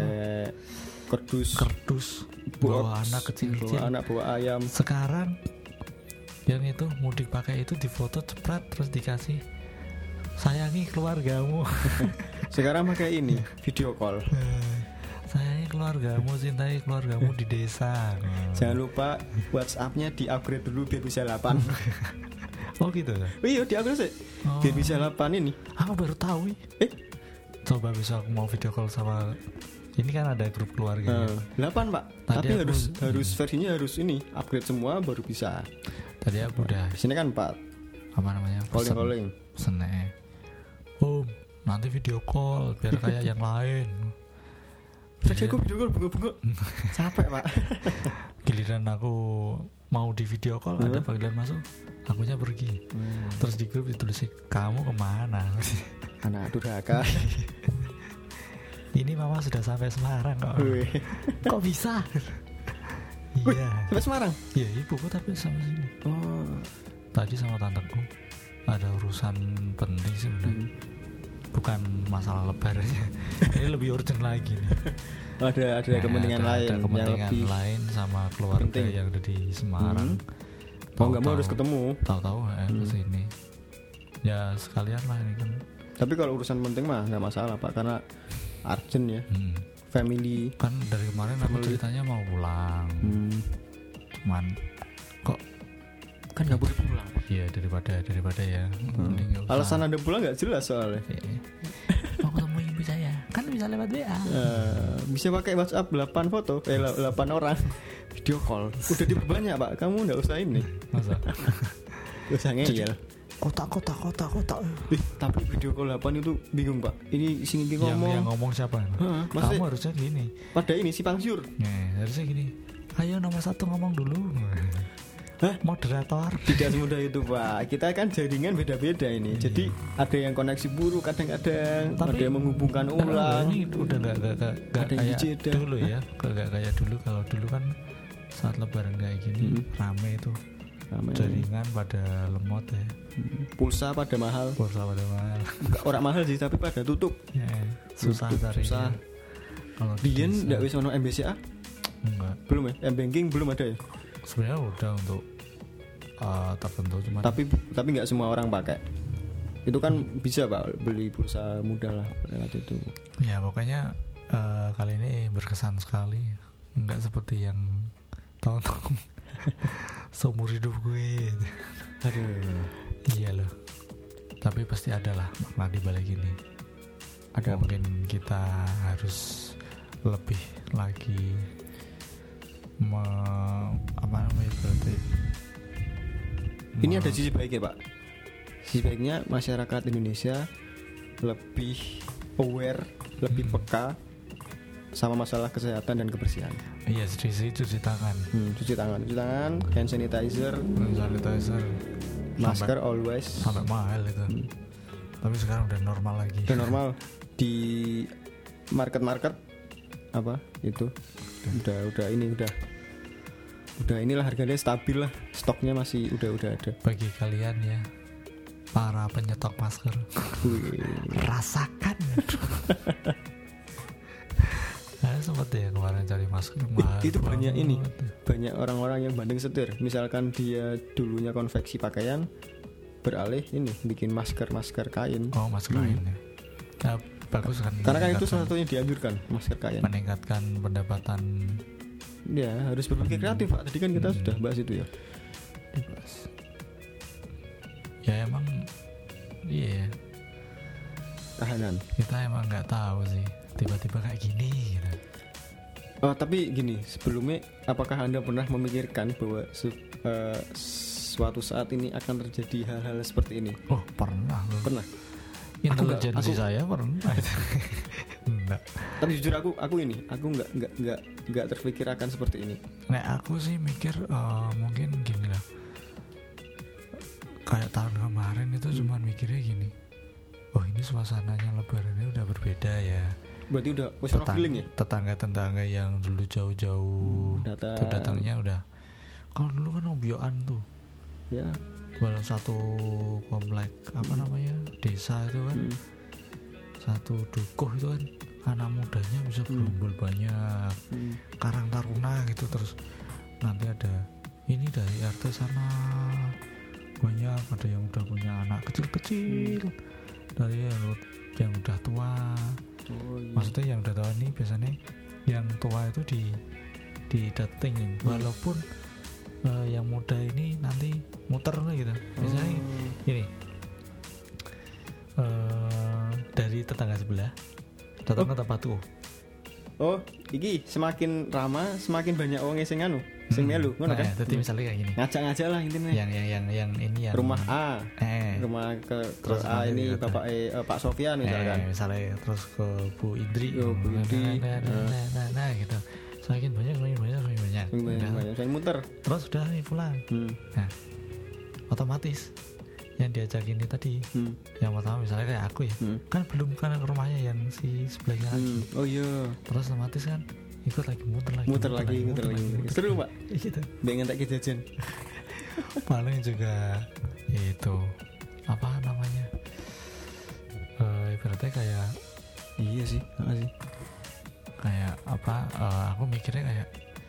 kerdus bawa anak kecil, bawa ayam. Sekarang yang itu mudik pakai itu difoto cepret terus dikasih sayangi keluargamu. Sekarang pakai ini video call. Sayangi keluargamu, cintai keluargamu di desa. Jangan lupa WhatsApp-nya di-upgrade dulu biar bisa 8. Oh gitu ya? Iya, di-upgrade sih. Biar bisa 8 ini. Aku baru tahu. Coba besok aku mau video call sama, ini kan ada grup keluarga. 8, Pak. Tapi harus versinya harus ini, upgrade semua baru bisa. Tadi aku udah. Di sini kan 4. Apa namanya? Calling. Pesennya. Nanti video call biar kayak yang lain. Tadi aku video call bunga-bunga. Capek, Pak. Giliran aku mau di video call, ada panggilan masuk, akunya pergi. Terus di grup ditulis, kamu kemana? Anak durhaka. Ini mama sudah sampai Semarang kok. Kok bisa? Iya. Sampai Semarang? Iya, ibuku tapi sama sini. Tadi sama tanteku ada urusan penting sih sebenarnya. Bukan masalah lebarannya. Ini lebih urgent lagi nih. Ada kepentingan lain. Ada kepentingan lain sama keluarga penting yang ada di Semarang. Mau nggak mau harus ketemu. Tahu-tahu kesini. Ya sekalian lah ini kan. Tapi kalau urusan penting mah nggak masalah, Pak, karena urgent ya. Family. Kan dari kemarin aku ceritanya mau pulang. Cuman kok kan nggak boleh pulang. Iya, daripada ya. Alasan Anda pulang nggak jelas soalnya. Mau ketemu ibu saya, kan bisa lewat WA. Bisa pakai WhatsApp 8 foto, 8 orang video call. Udah diperbanyak, Pak. Kamu nggak usah ini. Masa? Gak usah ngeyel. Kotak. Tapi video call 8 itu bingung, Pak. Ini sini ngomong. Yang ngomong siapa? Kamu harusnya gini. Pada ini si Pangsyur. Harusnya gini. Ayo nomor 1 ngomong dulu. Moderator. Tidak semudah itu, Pak. Kita kan jaringan beda-beda ini. Jadi ada yang koneksi buruk kadang-kadang, ada yang menghubungkan ulang. Ini udah gak kayak dulu ya. Gak kayak dulu. Kalau dulu kan saat lebaran kayak gini rame itu. Jaringan pada lemot ya. Pulsa pada mahal. Orang mahal sih, tapi pada tutup. Susah cari. Kalau Dian nggak bisa ono MBCA. Enggak. Belum ya? M-Banking belum ada ya? Sebenarnya udah untuk tertentu cuman Tapi nggak semua orang pakai. Itu kan bisa Pak beli pulsa muda lah lewat itu. Ya pokoknya kali ini berkesan sekali. Enggak seperti yang tahun-tahun seumur hidup gue. Aduh. Iya loh. Tapi pasti ada lah makna di balik ini. Ada mungkin kita harus lebih lagi berarti. Ini ada sisi baiknya Pak. Sisi baiknya masyarakat Indonesia lebih aware, lebih peka sama masalah kesehatan dan kebersihan. Iya, cuci tangan, hand sanitizer, masker always. Sampai mahal itu. Tapi sekarang udah normal lagi. Udah normal di market apa itu? Udah inilah harganya stabil lah, stoknya masih udah ada. Bagi kalian ya para penyetok masker, rasakan. Sempat ya kemarin cari masker mahal. Itu banyak banyak orang-orang yang banding setir. Misalkan dia dulunya konveksi pakaian, beralih ini bikin masker kain. Oh, masker kain ya. Ya bagus kan. Karena kan itu salah satunya dianjurkan, masker kain. Meningkatkan pendapatan. Ya harus berpikir kreatif Pak. Tadi kan kita sudah bahas itu ya. Dibahas. Ya emang iya. Tahanan. Kita emang nggak tahu sih. Tiba-tiba kayak gini gitu. Oh tapi gini, sebelumnya apakah Anda pernah memikirkan bahwa suatu saat ini akan terjadi hal-hal seperti ini? Oh pernah. Intelijensi saya pernah. Enggak. Tapi jujur aku nggak terpikir akan seperti ini. Nah aku sih mikir mungkin gini lah. Kayak tahun kemarin itu cuman mikirnya gini. Oh ini suasananya lebarannya udah berbeda ya. Berarti udah feeling ya? Tetangga yang dulu jauh-jauh datangnya udah. Kalau dulu kan obyoan tuh. Ya. Dalam satu komplek desa itu kan. Satu dukuh itu kan anak mudanya bisa berumbul banyak. Karang taruna gitu, terus nanti ada ini dari RT sana banyak, ada yang udah punya anak kecil-kecil, dari yang udah tua. Maksudnya yang udah tua ini biasanya yang tua itu didating walaupun yang muda ini nanti muter gitu. Misalnya ini dari tetangga sebelah datang ke tempatku. Oh, iki semakin ramah semakin banyak wong sing melu, ngono kan? Jadi misalnya kayak gini. Ngajak-ngajak lah intinya. Yang ini yang rumah A. Rumah ke terus A ini Bapak Pak Sofyan misalkan. Misalnya terus ke Bu Indri. Nah, gitu. Semakin banyak. Saya muter. Terus udah nih pulang. Nah, otomatis yang diajakin ini tadi, yang pertama misalnya kayak aku ya, kan belum ke rumahnya yang si sebelahnya lagi. Oh iya. Terus otomatis kan ikut lagi muter lagi. Seru Pak. Gitu. Pengen tak jajan. Paling juga itu apa namanya? Ibaratnya kayak iya sih, kayak apa? Aku mikirnya kayak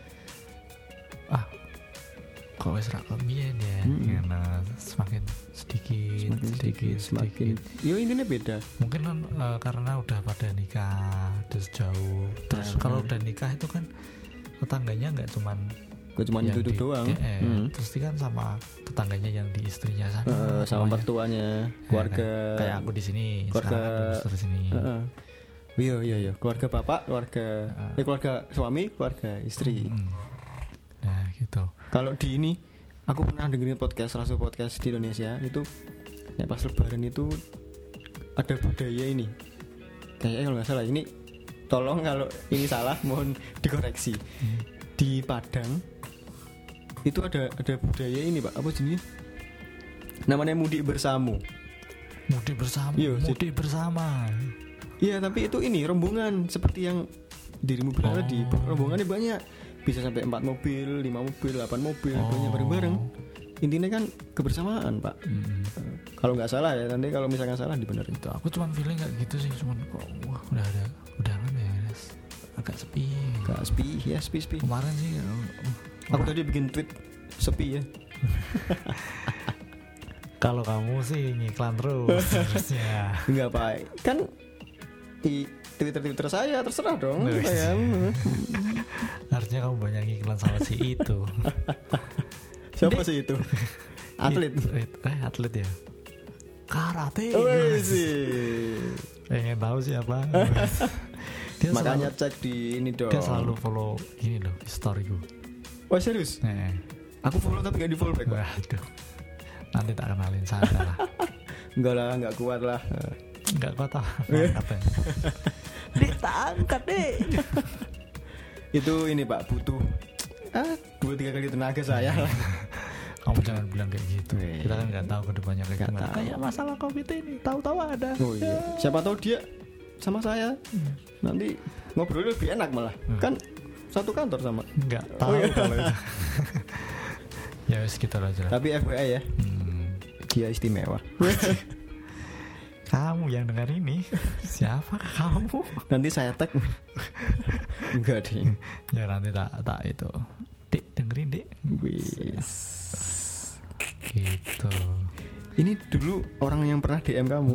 kok wis ra kebiyen ya. Karena semakin sedikit. Yo intinya beda. Mungkin kan karena udah pada nikah terus jauh. Terus kalau udah nikah itu kan tetangganya nggak cuman itu doang. Terus kan sama tetangganya yang di istrinya sana, sama mertuanya, keluarga. Kayak aku di sini, sekarang di sini. Iya. Keluarga bapak, keluarga suami, keluarga istri. Nah, gitu. Kalau di ini aku pernah dengerin salah satu podcast di Indonesia itu pas lebaran itu ada budaya ini. Kayaknya kalau nggak salah ini, tolong kalau ini salah mohon dikoreksi. Di Padang itu ada budaya ini Pak, apa jenis? Namanya mudik bersama. Mudik bersama. Iya, tapi itu ini rombongan seperti yang dirimu bilang tadi. Rombongannya banyak. Bisa sampai 4 mobil, 5 mobil, 8 mobil, banyak bareng-bareng. Intinya kan kebersamaan Pak. Kalau nggak salah ya, nanti kalau misalkan salah dibenerin. Aku cuma feeling kayak gitu sih, cuman kok udah kan ya agak sepi. Gak sepi ya, sepi. Kemarin sih Aku tadi bikin tweet sepi ya. kalau kamu sih ngiklan terus harusnya. Enggak Pak, kan di Twitter saya terserah dong. Saya. Harusnya kamu banyak ngiklan sama si itu. Siapa sih itu? Atlet. Atlet ya. Karate. Sih. Pengen tahu siapa? Dia Makanya selalu, cek di ini dong. dia selalu follow ini loh, storyku. Wah serius? Aku follow tapi gak di follow back. Waduh. Nanti tak kenalin sana lah. Enggak lah, enggak kuat lah. Enggak kuat ah. Apa? Dek, tak angkat dek. Itu ini Pak, butuh 2-3 kali tenaga saya lah. Kamu jangan bilang kayak gitu. Kita kan nggak tahu kedepannya kayak gimana. Kayak masalah COVID ini, tahu-tahu ada. Oh iya. Siapa tahu dia sama saya. Nanti ngobrol lebih enak malah. Kan satu kantor sama. Nggak tahu kalau itu. Ya wes kita aja. Tapi FYI ya. Dia istimewa. Kamu yang dengar ini, siapa kamu? Nanti saya tag. Enggak deh. Ya nanti tak itu. Dek, dengerin dek. Wis. Gitu. Ini dulu orang yang pernah DM kamu.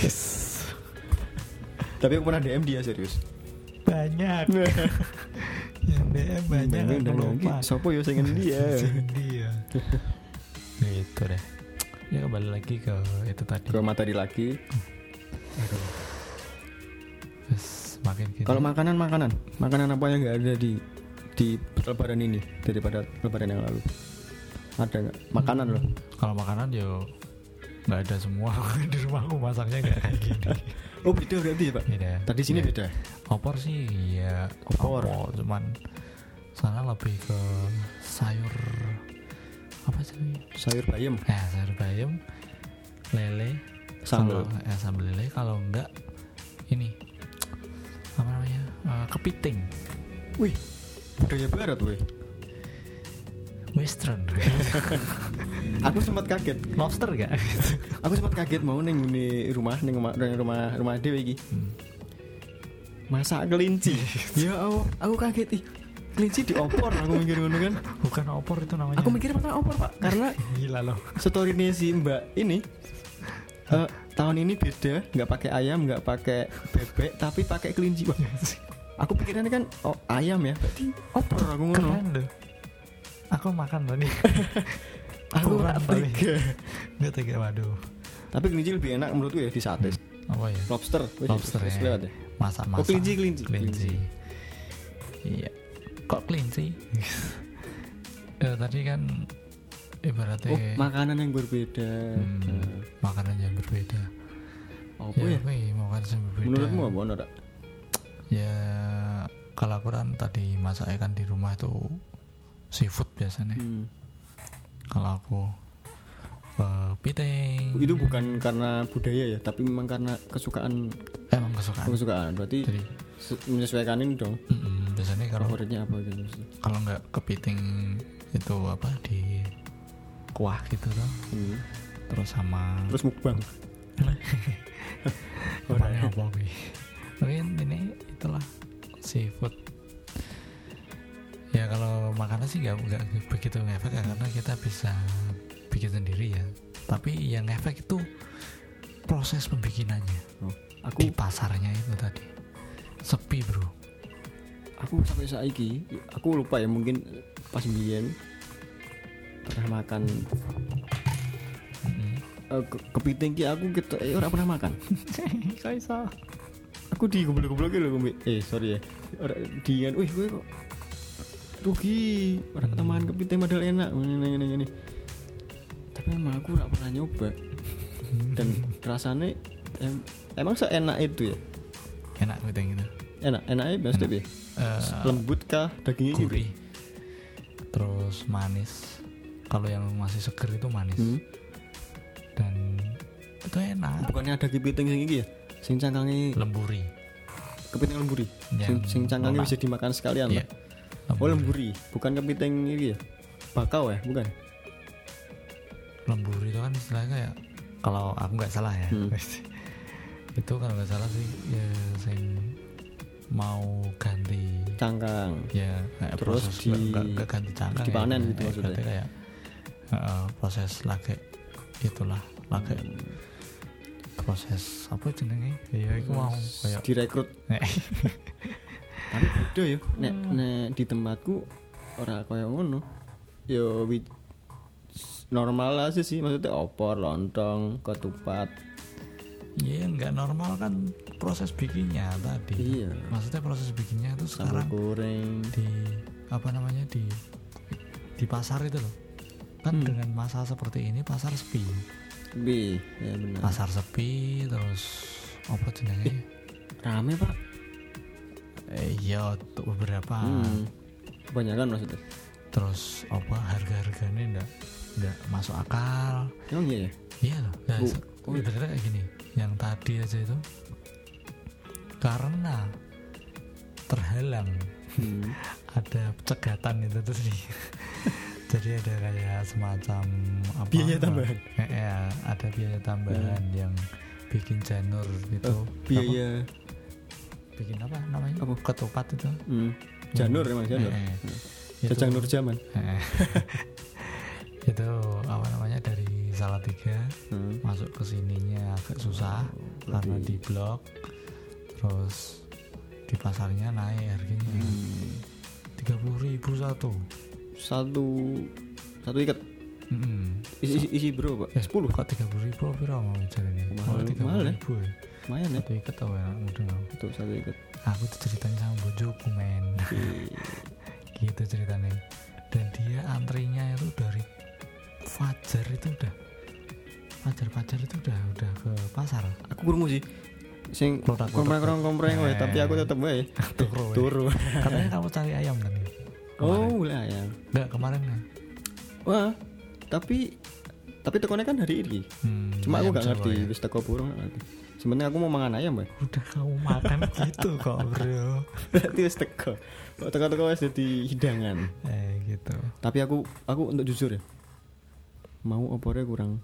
Tapi aku pernah DM dia serius. Banyak. Yang DM banyak. Aku lupa. Sopo yo sing dia. Dia. Gitu deh. Ya kembali lagi ke itu tadi. Ke materi lagi. Aduh. Terus makin gitu. Kalau makanan apa yang nggak ada di lebaran ini daripada lebaran yang lalu? Ada nggak makanan loh? Kalau makanan yo nggak ada semua. Di rumahku masaknya nggak kayak gini. Oh beda berarti ya Pak? Beda. Tadi sini ya. Beda. Opor sih ya opor. Cuman sana lebih ke sayur apa sih? Sayur bayam. Sayur bayam, lele, sambal. Sambal lele. Kalau enggak ini apa namanya? Kepiting. Wih, budaya barat weh. Western. Aku sempat kaget. Lobster gak? Aku sempat kaget mau neng rumah dewe iki. Masak kelinci. Ya Allah, aku kaget ih. Kelinci diopor, aku mikir ngono kan. Bukan opor itu namanya. Aku mikir apa opor Pak, karena gila loh. Story-nya si Mbak ini tahun ini beda, nggak pakai ayam, nggak pakai bebek, tapi pakai kelinci. Aku pikirannya kan ayam ya, berarti opor aku ngono. Keren loh. Aku makan tadi. Aku kurang tapi nggak tega, waduh. Tapi kelinci lebih enak menurutku ya di sate. Apa ya? Lobster ya. Masak. Kelinci. Iya. Kok kelinci? Tadi kan ibaratnya makanan yang berbeda. Makanan yang berbeda. Apa ya? Makanan yang berbeda. Menurutmu apa Nora? Ya kalau aku kan tadi masak ikan di rumah itu seafood biasanya. Kalau aku piting. Itu bukan karena budaya ya, tapi memang karena kesukaan. Emang kesukaan. Berarti jadi menyesuaikan ini dong. Biasanya kalau favoritnya apa gitu. Kalau nggak kepiting itu apa di kuah gitu loh. Terus mukbang. Orangnya apa gue? Mungkin ini itulah seafood. Ya kalau makanan sih nggak begitu ngefek ya, karena kita bisa bikin sendiri ya. Tapi yang ngefek itu proses pembikinannya. Di pasarnya itu tadi sepi bro. Aku sampai saiki aku lupa ya, mungkin pas biyen pernah makan kepiting ki aku gitu ora pernah makan. Kaisa. Aku digoblok-goblok lho Mbak. Sorry ya. Ora dian, wih kowe kok rugi orang ketemuan kepiting padahal enak ini. Tapi emang aku gak pernah nyoba. Dan rasanya emang seenak itu ya? Enak kepiting itu. Enaknya biasa ya? Lembut kah dagingnya gurih. Terus manis. Kalau yang masih seger itu manis. Dan itu enak. Bukannya ada kepiting yang ini ya? Sing cangkangnya lemburi. Kepiting lemburi. Sing cangkangnya bisa dimakan sekalian lah. Lemburi, bukan kepiting ini ya? Bakau ya, bukan? Lemburi itu kan istilahnya kayak, kalau aku nggak salah ya, itu kalau nggak salah sih ya, mau ganti cangkang ya kayak terus proses nggak ganti cangkang dipanen ya, gitu maksudnya kayak proses lagi itulah lagi proses apa jenenge ya iku mau kayak direkrut tapi beda ya nek di tempatku ora kaya ngono yo normal aja sih maksudnya opor lontong ketupat. Iya nggak normal kan proses bikinnya tadi. Iya. Maksudnya proses bikinnya itu sambal sekarang goreng di apa namanya di pasar itu loh. Kan dengan masa seperti ini pasar sepi. Ya benar. Pasar sepi terus apa jenenge? Rame pak. Iya beberapa. Kebanyakan maksudnya. Terus apa harga-harganya enggak masuk akal. Emang iya ya? Iya loh. Nah, bener kayak gini. Yang tadi aja itu karena terhalang ada cegatan itu tuh sih. Jadi ada kayak semacam apa biaya tambahan ya ada biaya tambahan yang bikin janur itu biaya bikin apa namanya apa? Ketupat itu janur emang janur Jajang Nur Zaman itu apa namanya dari Salatiga masuk ke sininya agak susah karena di blok terus di pasarnya naik harganya 30.000 satu ikat isi bro pak 10 kok 30.000 piro mau caranya mahal 30.000 ya lumayan ya satu ikat tau ya udah untuk satu ikat aku tuh ceritanya sama bojoku men gitu ceritanya dan dia antrinya itu dari fajar itu udah ke pasar aku kurung sih sing kompreng tapi aku tetep wae turu katanya kamu cari ayam kan boleh ayam enggak kemarin kan wah tapi tekonnya kan hari ini cuma aku gak ngerti wis teko burung gak ngerti sebenarnya aku mau mangan ayam Mbak udah kamu makan gitu kok bro berarti wis teko kok teko wis jadi hidangan gitu tapi aku untuk jujur ya mau opornya kurang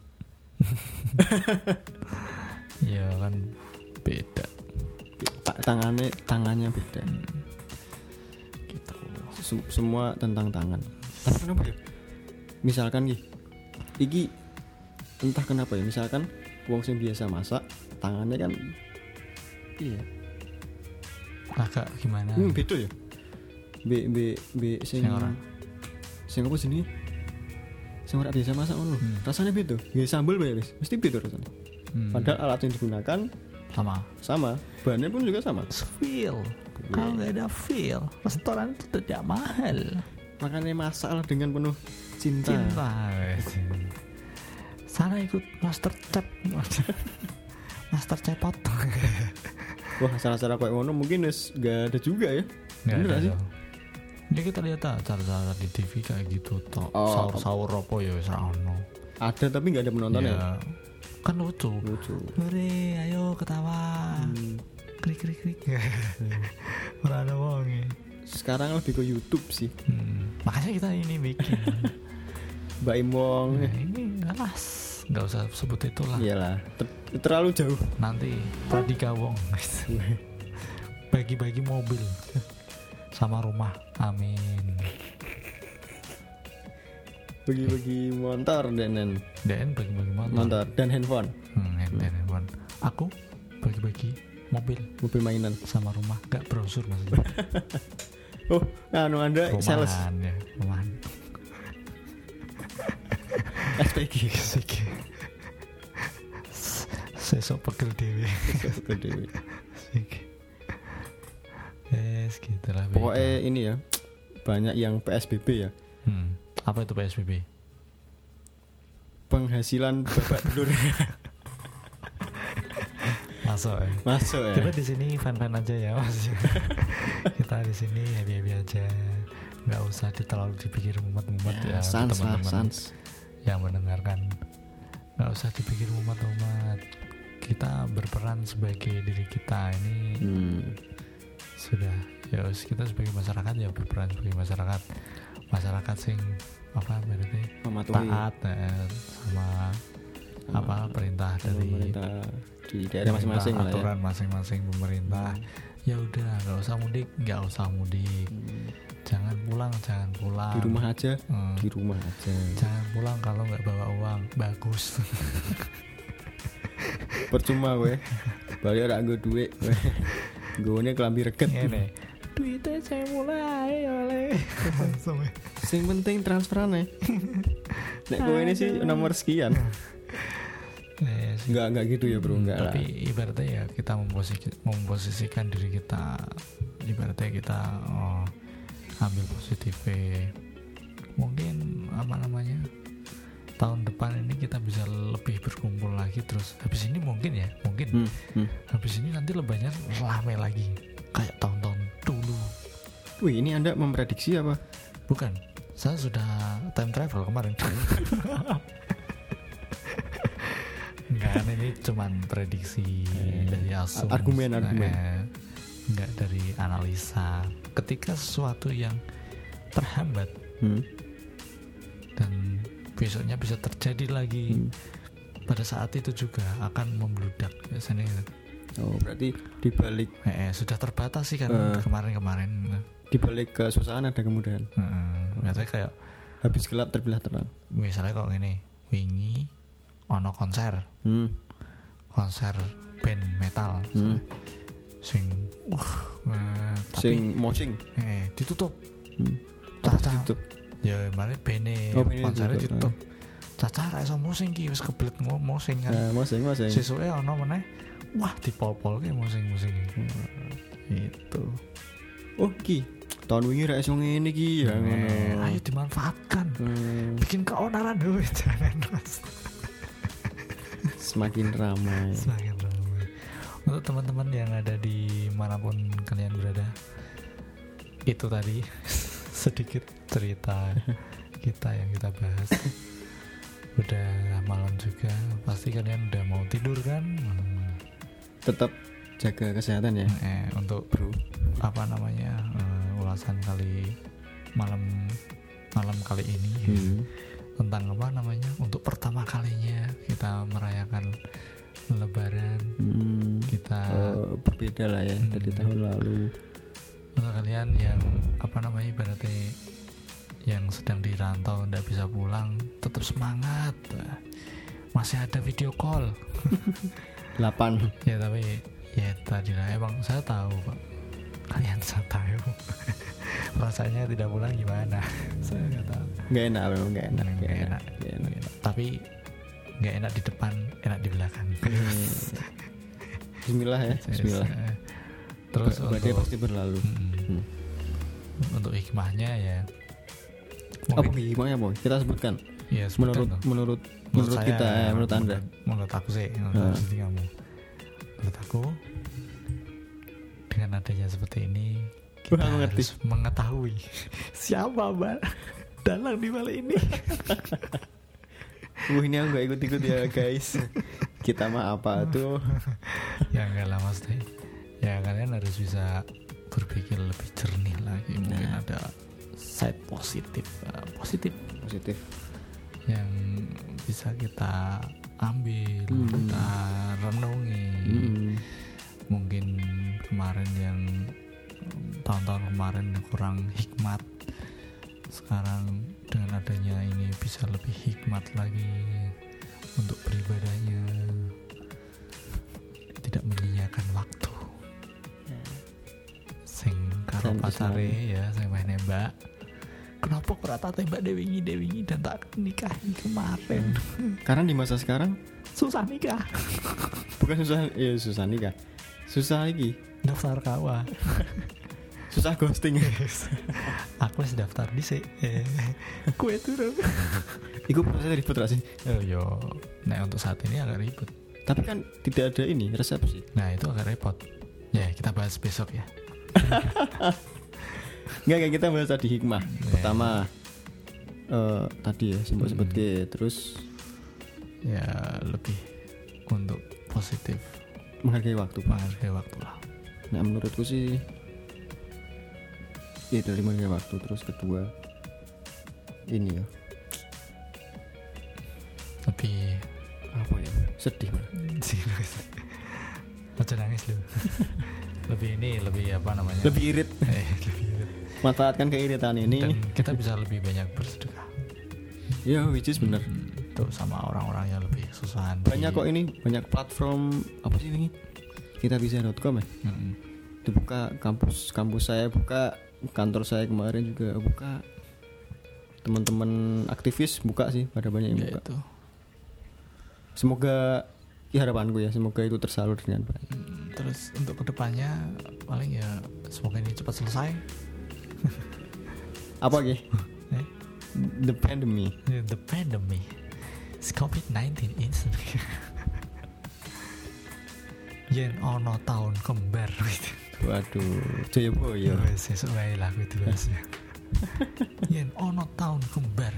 ya kan beda tangannya beda gitu semua tentang tangan tapi kenapa ya misalkan iki entah kenapa ya misalkan wong sing biasa masak tangannya kan iya agak gimana beda ya sing apa sini sing ora biasa masak ngono rasanya beda ya sambel bae wis mesti beda rasanya padahal alat yang digunakan sama bahannya pun juga sama feel kalau nggak ada feel restoran itu tidak mahal makanya masak dengan penuh cinta sana ikut master cepot wah acara-acara kayak ngono mungkin gak ada juga ya bener sih ya kita lihat acara-acara di TV kayak gitu toh sahur apa ya ono ada tapi gak ada penonton ya kan lucu Hore, ayo ketawa krik ora ada wong sekarang lebih ke YouTube sih makanya kita ini bikin Mbak Imwong ini alas nggak usah sebut itulah iyalah terlalu jauh nanti Pradika Wong bagi-bagi mobil sama rumah amin bagi-bagi motor dan bagi-bagi motor dan handphone handphone aku bagi-bagi mobil mainan sama rumah gak brosur maksudnya Anda sales ya rumahan SPG sesok pegel dewe gitulah pokoknya ini ya banyak yang PSBB ya apa itu PSBB penghasilan bapak dulur masuk ya kita di sini fan aja ya mas kita di sini happy aja nggak usah terlalu dipikir mumet ya teman-teman yang mendengarkan nggak usah dipikir mumet kita berperan sebagai diri kita ini sudah ya kita sebagai masyarakat ya berperan sebagai masyarakat sing apa berarti taat sama apa perintah dari di daerah masing-masing aturan ya. masing-masing pemerintah ya udah nggak usah mudik, jangan pulang Di rumah aja, di rumah aja. Jangan pulang kalau nggak bawa uang. Bagus. Percuma gue. Balik ora nggo duit. Nggone kelambi reget. Ngene. Duitnya saya mulai oleh. Sing penting transferan ya. Nek kowe ini sih nomor sekian. Enggak gitu ya bro, enggak lah. Tapi ibaratnya ya kita memposisikan diri kita, ibaratnya kita ambil positifnya. Mungkin tahun depan ini kita bisa lebih berkumpul lagi, terus habis ini mungkin habis ini nanti lebaran rame lagi kayak tahun-tahun dulu. Wih, ini Anda memprediksi apa? Bukan, saya sudah time travel kemarin. Enggak, ini cuman prediksi dari argumen. Enggak dari analisa. Ketika sesuatu yang terhambat dan besoknya bisa terjadi lagi, pada saat itu juga akan membludak biasanya. Oh, berarti dibalik sudah terbatasi kan kemarin. Dibalik kesusahan ada kemudahan. Biasanya kayak habis gelap terbelah terang. Misalnya kok ini, wingi ono konser band metal, sing moshing ditutup. Ditutup. Ya mari bene konsernya ditutup. Caca ra iso musing ki wis kebelet musing kan. Musing. Sesuke ono meneh. Wah, dipol-polke musing. Itu. Oh ki, tahun wingi ra iso ngene ki ya ngono. Ayo dimanfaatkan. Bikin keonaran dulu jangan Mas. Semakin ramai. Untuk teman-teman yang ada di manapun kalian berada, itu tadi sedikit cerita kita yang kita bahas. Udah malam juga, pasti kalian udah mau tidur kan? Tetap jaga kesehatan ya. Untuk ulasan kali malam kali ini tentang untuk pertama kalinya kita merayakan Lebaran. Kita berbeda lah ya dari tahun lalu. Untuk kalian yang ibaratnya yang sedang di rantau tidak bisa pulang, tetap semangat, masih ada video call 8 ya. Tapi ya tadi lah, emang saya tahu Pak, kalian saya tahu rasanya tidak pulang gimana. Saya nggak tahu. Nggak enak. Tapi nggak enak di depan, enak di belakang. Bismillah ya. Bismillah. Terus badai pasti berlalu. Untuk hikmahnya ya. Apa hikmahnya Boy? Kita sebutkan. Ya, menurut saya, kita menurut Anda. Menurut aku sih, kamu. Menurut aku, dengan adanya seperti ini, kita harus mengetahui siapa dalang di balik ini. Ini aku gak ikut-ikut ya guys. Kita mah apa tuh? Ya enggak lah Mas. Ya kalian harus bisa berpikir lebih jernih lagi. Mungkin ada side positif yang bisa kita ambil, kita renungi. Mungkin kemarin yang tahun-tahun kemarin kurang hikmat, sekarang dengan adanya ini bisa lebih hikmat lagi untuk beribadahnya, tidak menyia-nyiakan waktu. Sing karo pasare ya, saya main nembak. Kenapa kok rata tembak dewi dan tak nikahi kemarin? Karena di masa sekarang susah nikah. Bukan susah nikah. Susah lagi daftar kawa. Susah ghosting. Aku wis daftar dhisik. Kue turun. Iku prosesnya ribet ra sih? Nah untuk saat ini agak ribet. Tapi kan tidak ada ini resepsi. Nah itu agak repot. Ya kita bahas besok ya. Enggak, kita bahas tadi hikmah. Pertama tadi ya sebut ke, terus ya lebih untuk positif, menghargai waktu lah. Nah menurutku sih ya dari menghargai waktu. Terus kedua ini ya, tapi apa ya, sedih Aja nangis lu. lebih apa namanya? Lebih irit. Lebih irit. Manfaatkan keiritan ini. Dan kita bisa lebih banyak bersedekah. Ya, which is bener. Tuh sama orang-orang yang lebih kesusahan. Banyak kok ini, banyak platform apa sih ini? Kitabisa.com ya. Dibuka kampus saya buka, kantor saya kemarin juga buka, teman-teman aktivis buka sih, pada banyak yang buka. Itu. Semoga harapanku ya, semoga itu tersalur dengan baik. Terus untuk kedepannya paling ya semoga ini cepat selesai. Apa lagi? The pandemic. The pandemic. COVID-19 is. Yen ono tahun kembar gitu. Waduh, Jayabaya. Sesuk wae lah gitu bahasnya. Yen ono tahun kembar.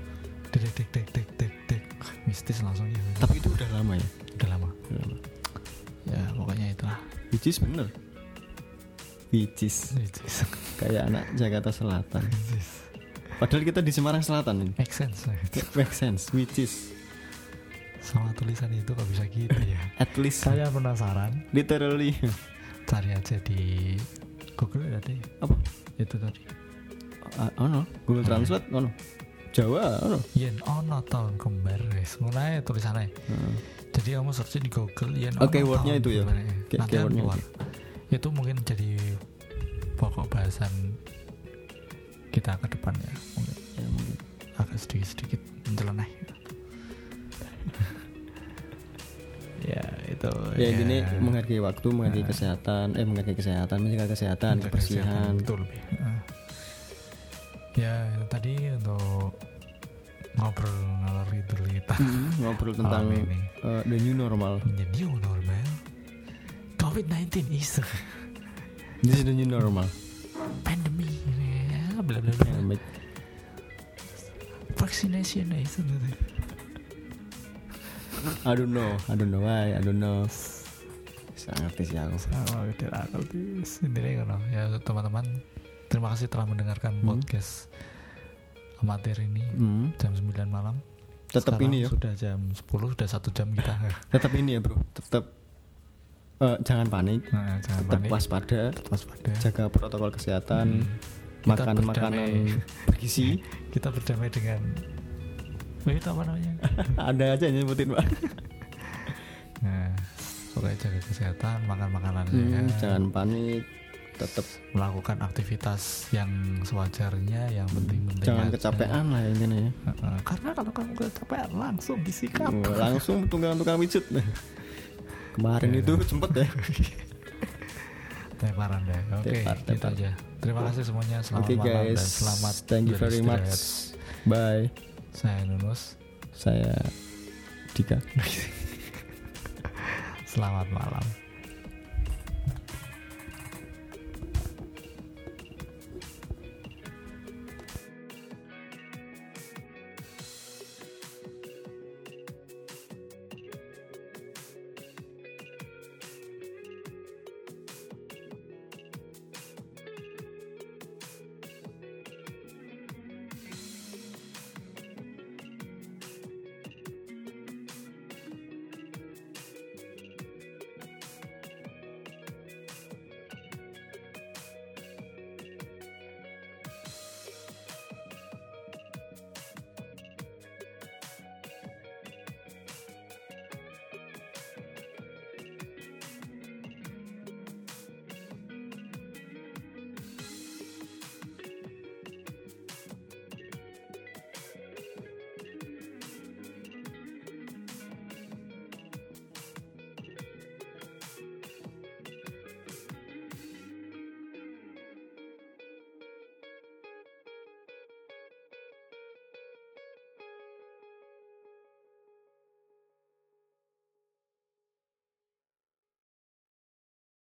Dek. Mistis langsung ya. Tapi itu udah lama ya? Udah lama. Ya pokoknya itulah. Which is bener. Which is. Kayak anak Jakarta Selatan. Padahal kita di Semarang Selatan ini. Make sense. Make sense. Which is. Sama tulisan itu kok bisa gitu ya. At least saya penasaran. Literally. Cari aja di Google ada ya. Apa? Itu tadi. Ono. Google Translate ono. Jawa ono. Yen ono tahun kembar wis. Mulai tulisannya. Jadi kamu search di Google yen ono. Oke, wordnya itu ya. Nanti keluar. Itu mungkin jadi pokok bahasan kita ke depan ya. Mungkin agak sedikit menceleneh. Ya itu ya ini menghargai waktu, menghargai kesehatan, menjaga kesehatan, kebersihan. Betul. Ya tadi untuk ngobrol ngalor itu kita ngobrol tentang the new normal. The new normal. COVID-19 is this is the new normal. Pandemic. Bla bla bla. Vaccination is. I don't know why. Sangat sih aku. Tidak artis. Intinya kan ya teman-teman. Terima kasih telah mendengarkan podcast amatir ini jam 9 malam. Tetap sekarang ini ya. Sudah jam 10, sudah 1 jam kita. Tetap ini ya bro. Tetap jangan panik. Tetap waspada. Jaga protokol kesehatan. Makan makanan bergizi. Kita berdamai dengan itu apa namanya? Ada aja yang nyebutin Pak. Nah, pokoknya jaga kesehatan, makan makanan sehat. Jangan panik, tetap melakukan aktivitas yang sewajarnya, yang penting-penting. Jangan kecapean lah intinya ya. Karena kalau kamu kecapean langsung disikat. Langsung tukang pijat. Kemarin itu sempet ya. Teparan deh. Oke, gitu aja. Terima kasih semuanya. Selamat malam guys. Dan selamat. Thank you very much. Bye. Saya Nunus. Saya Dika. Selamat malam.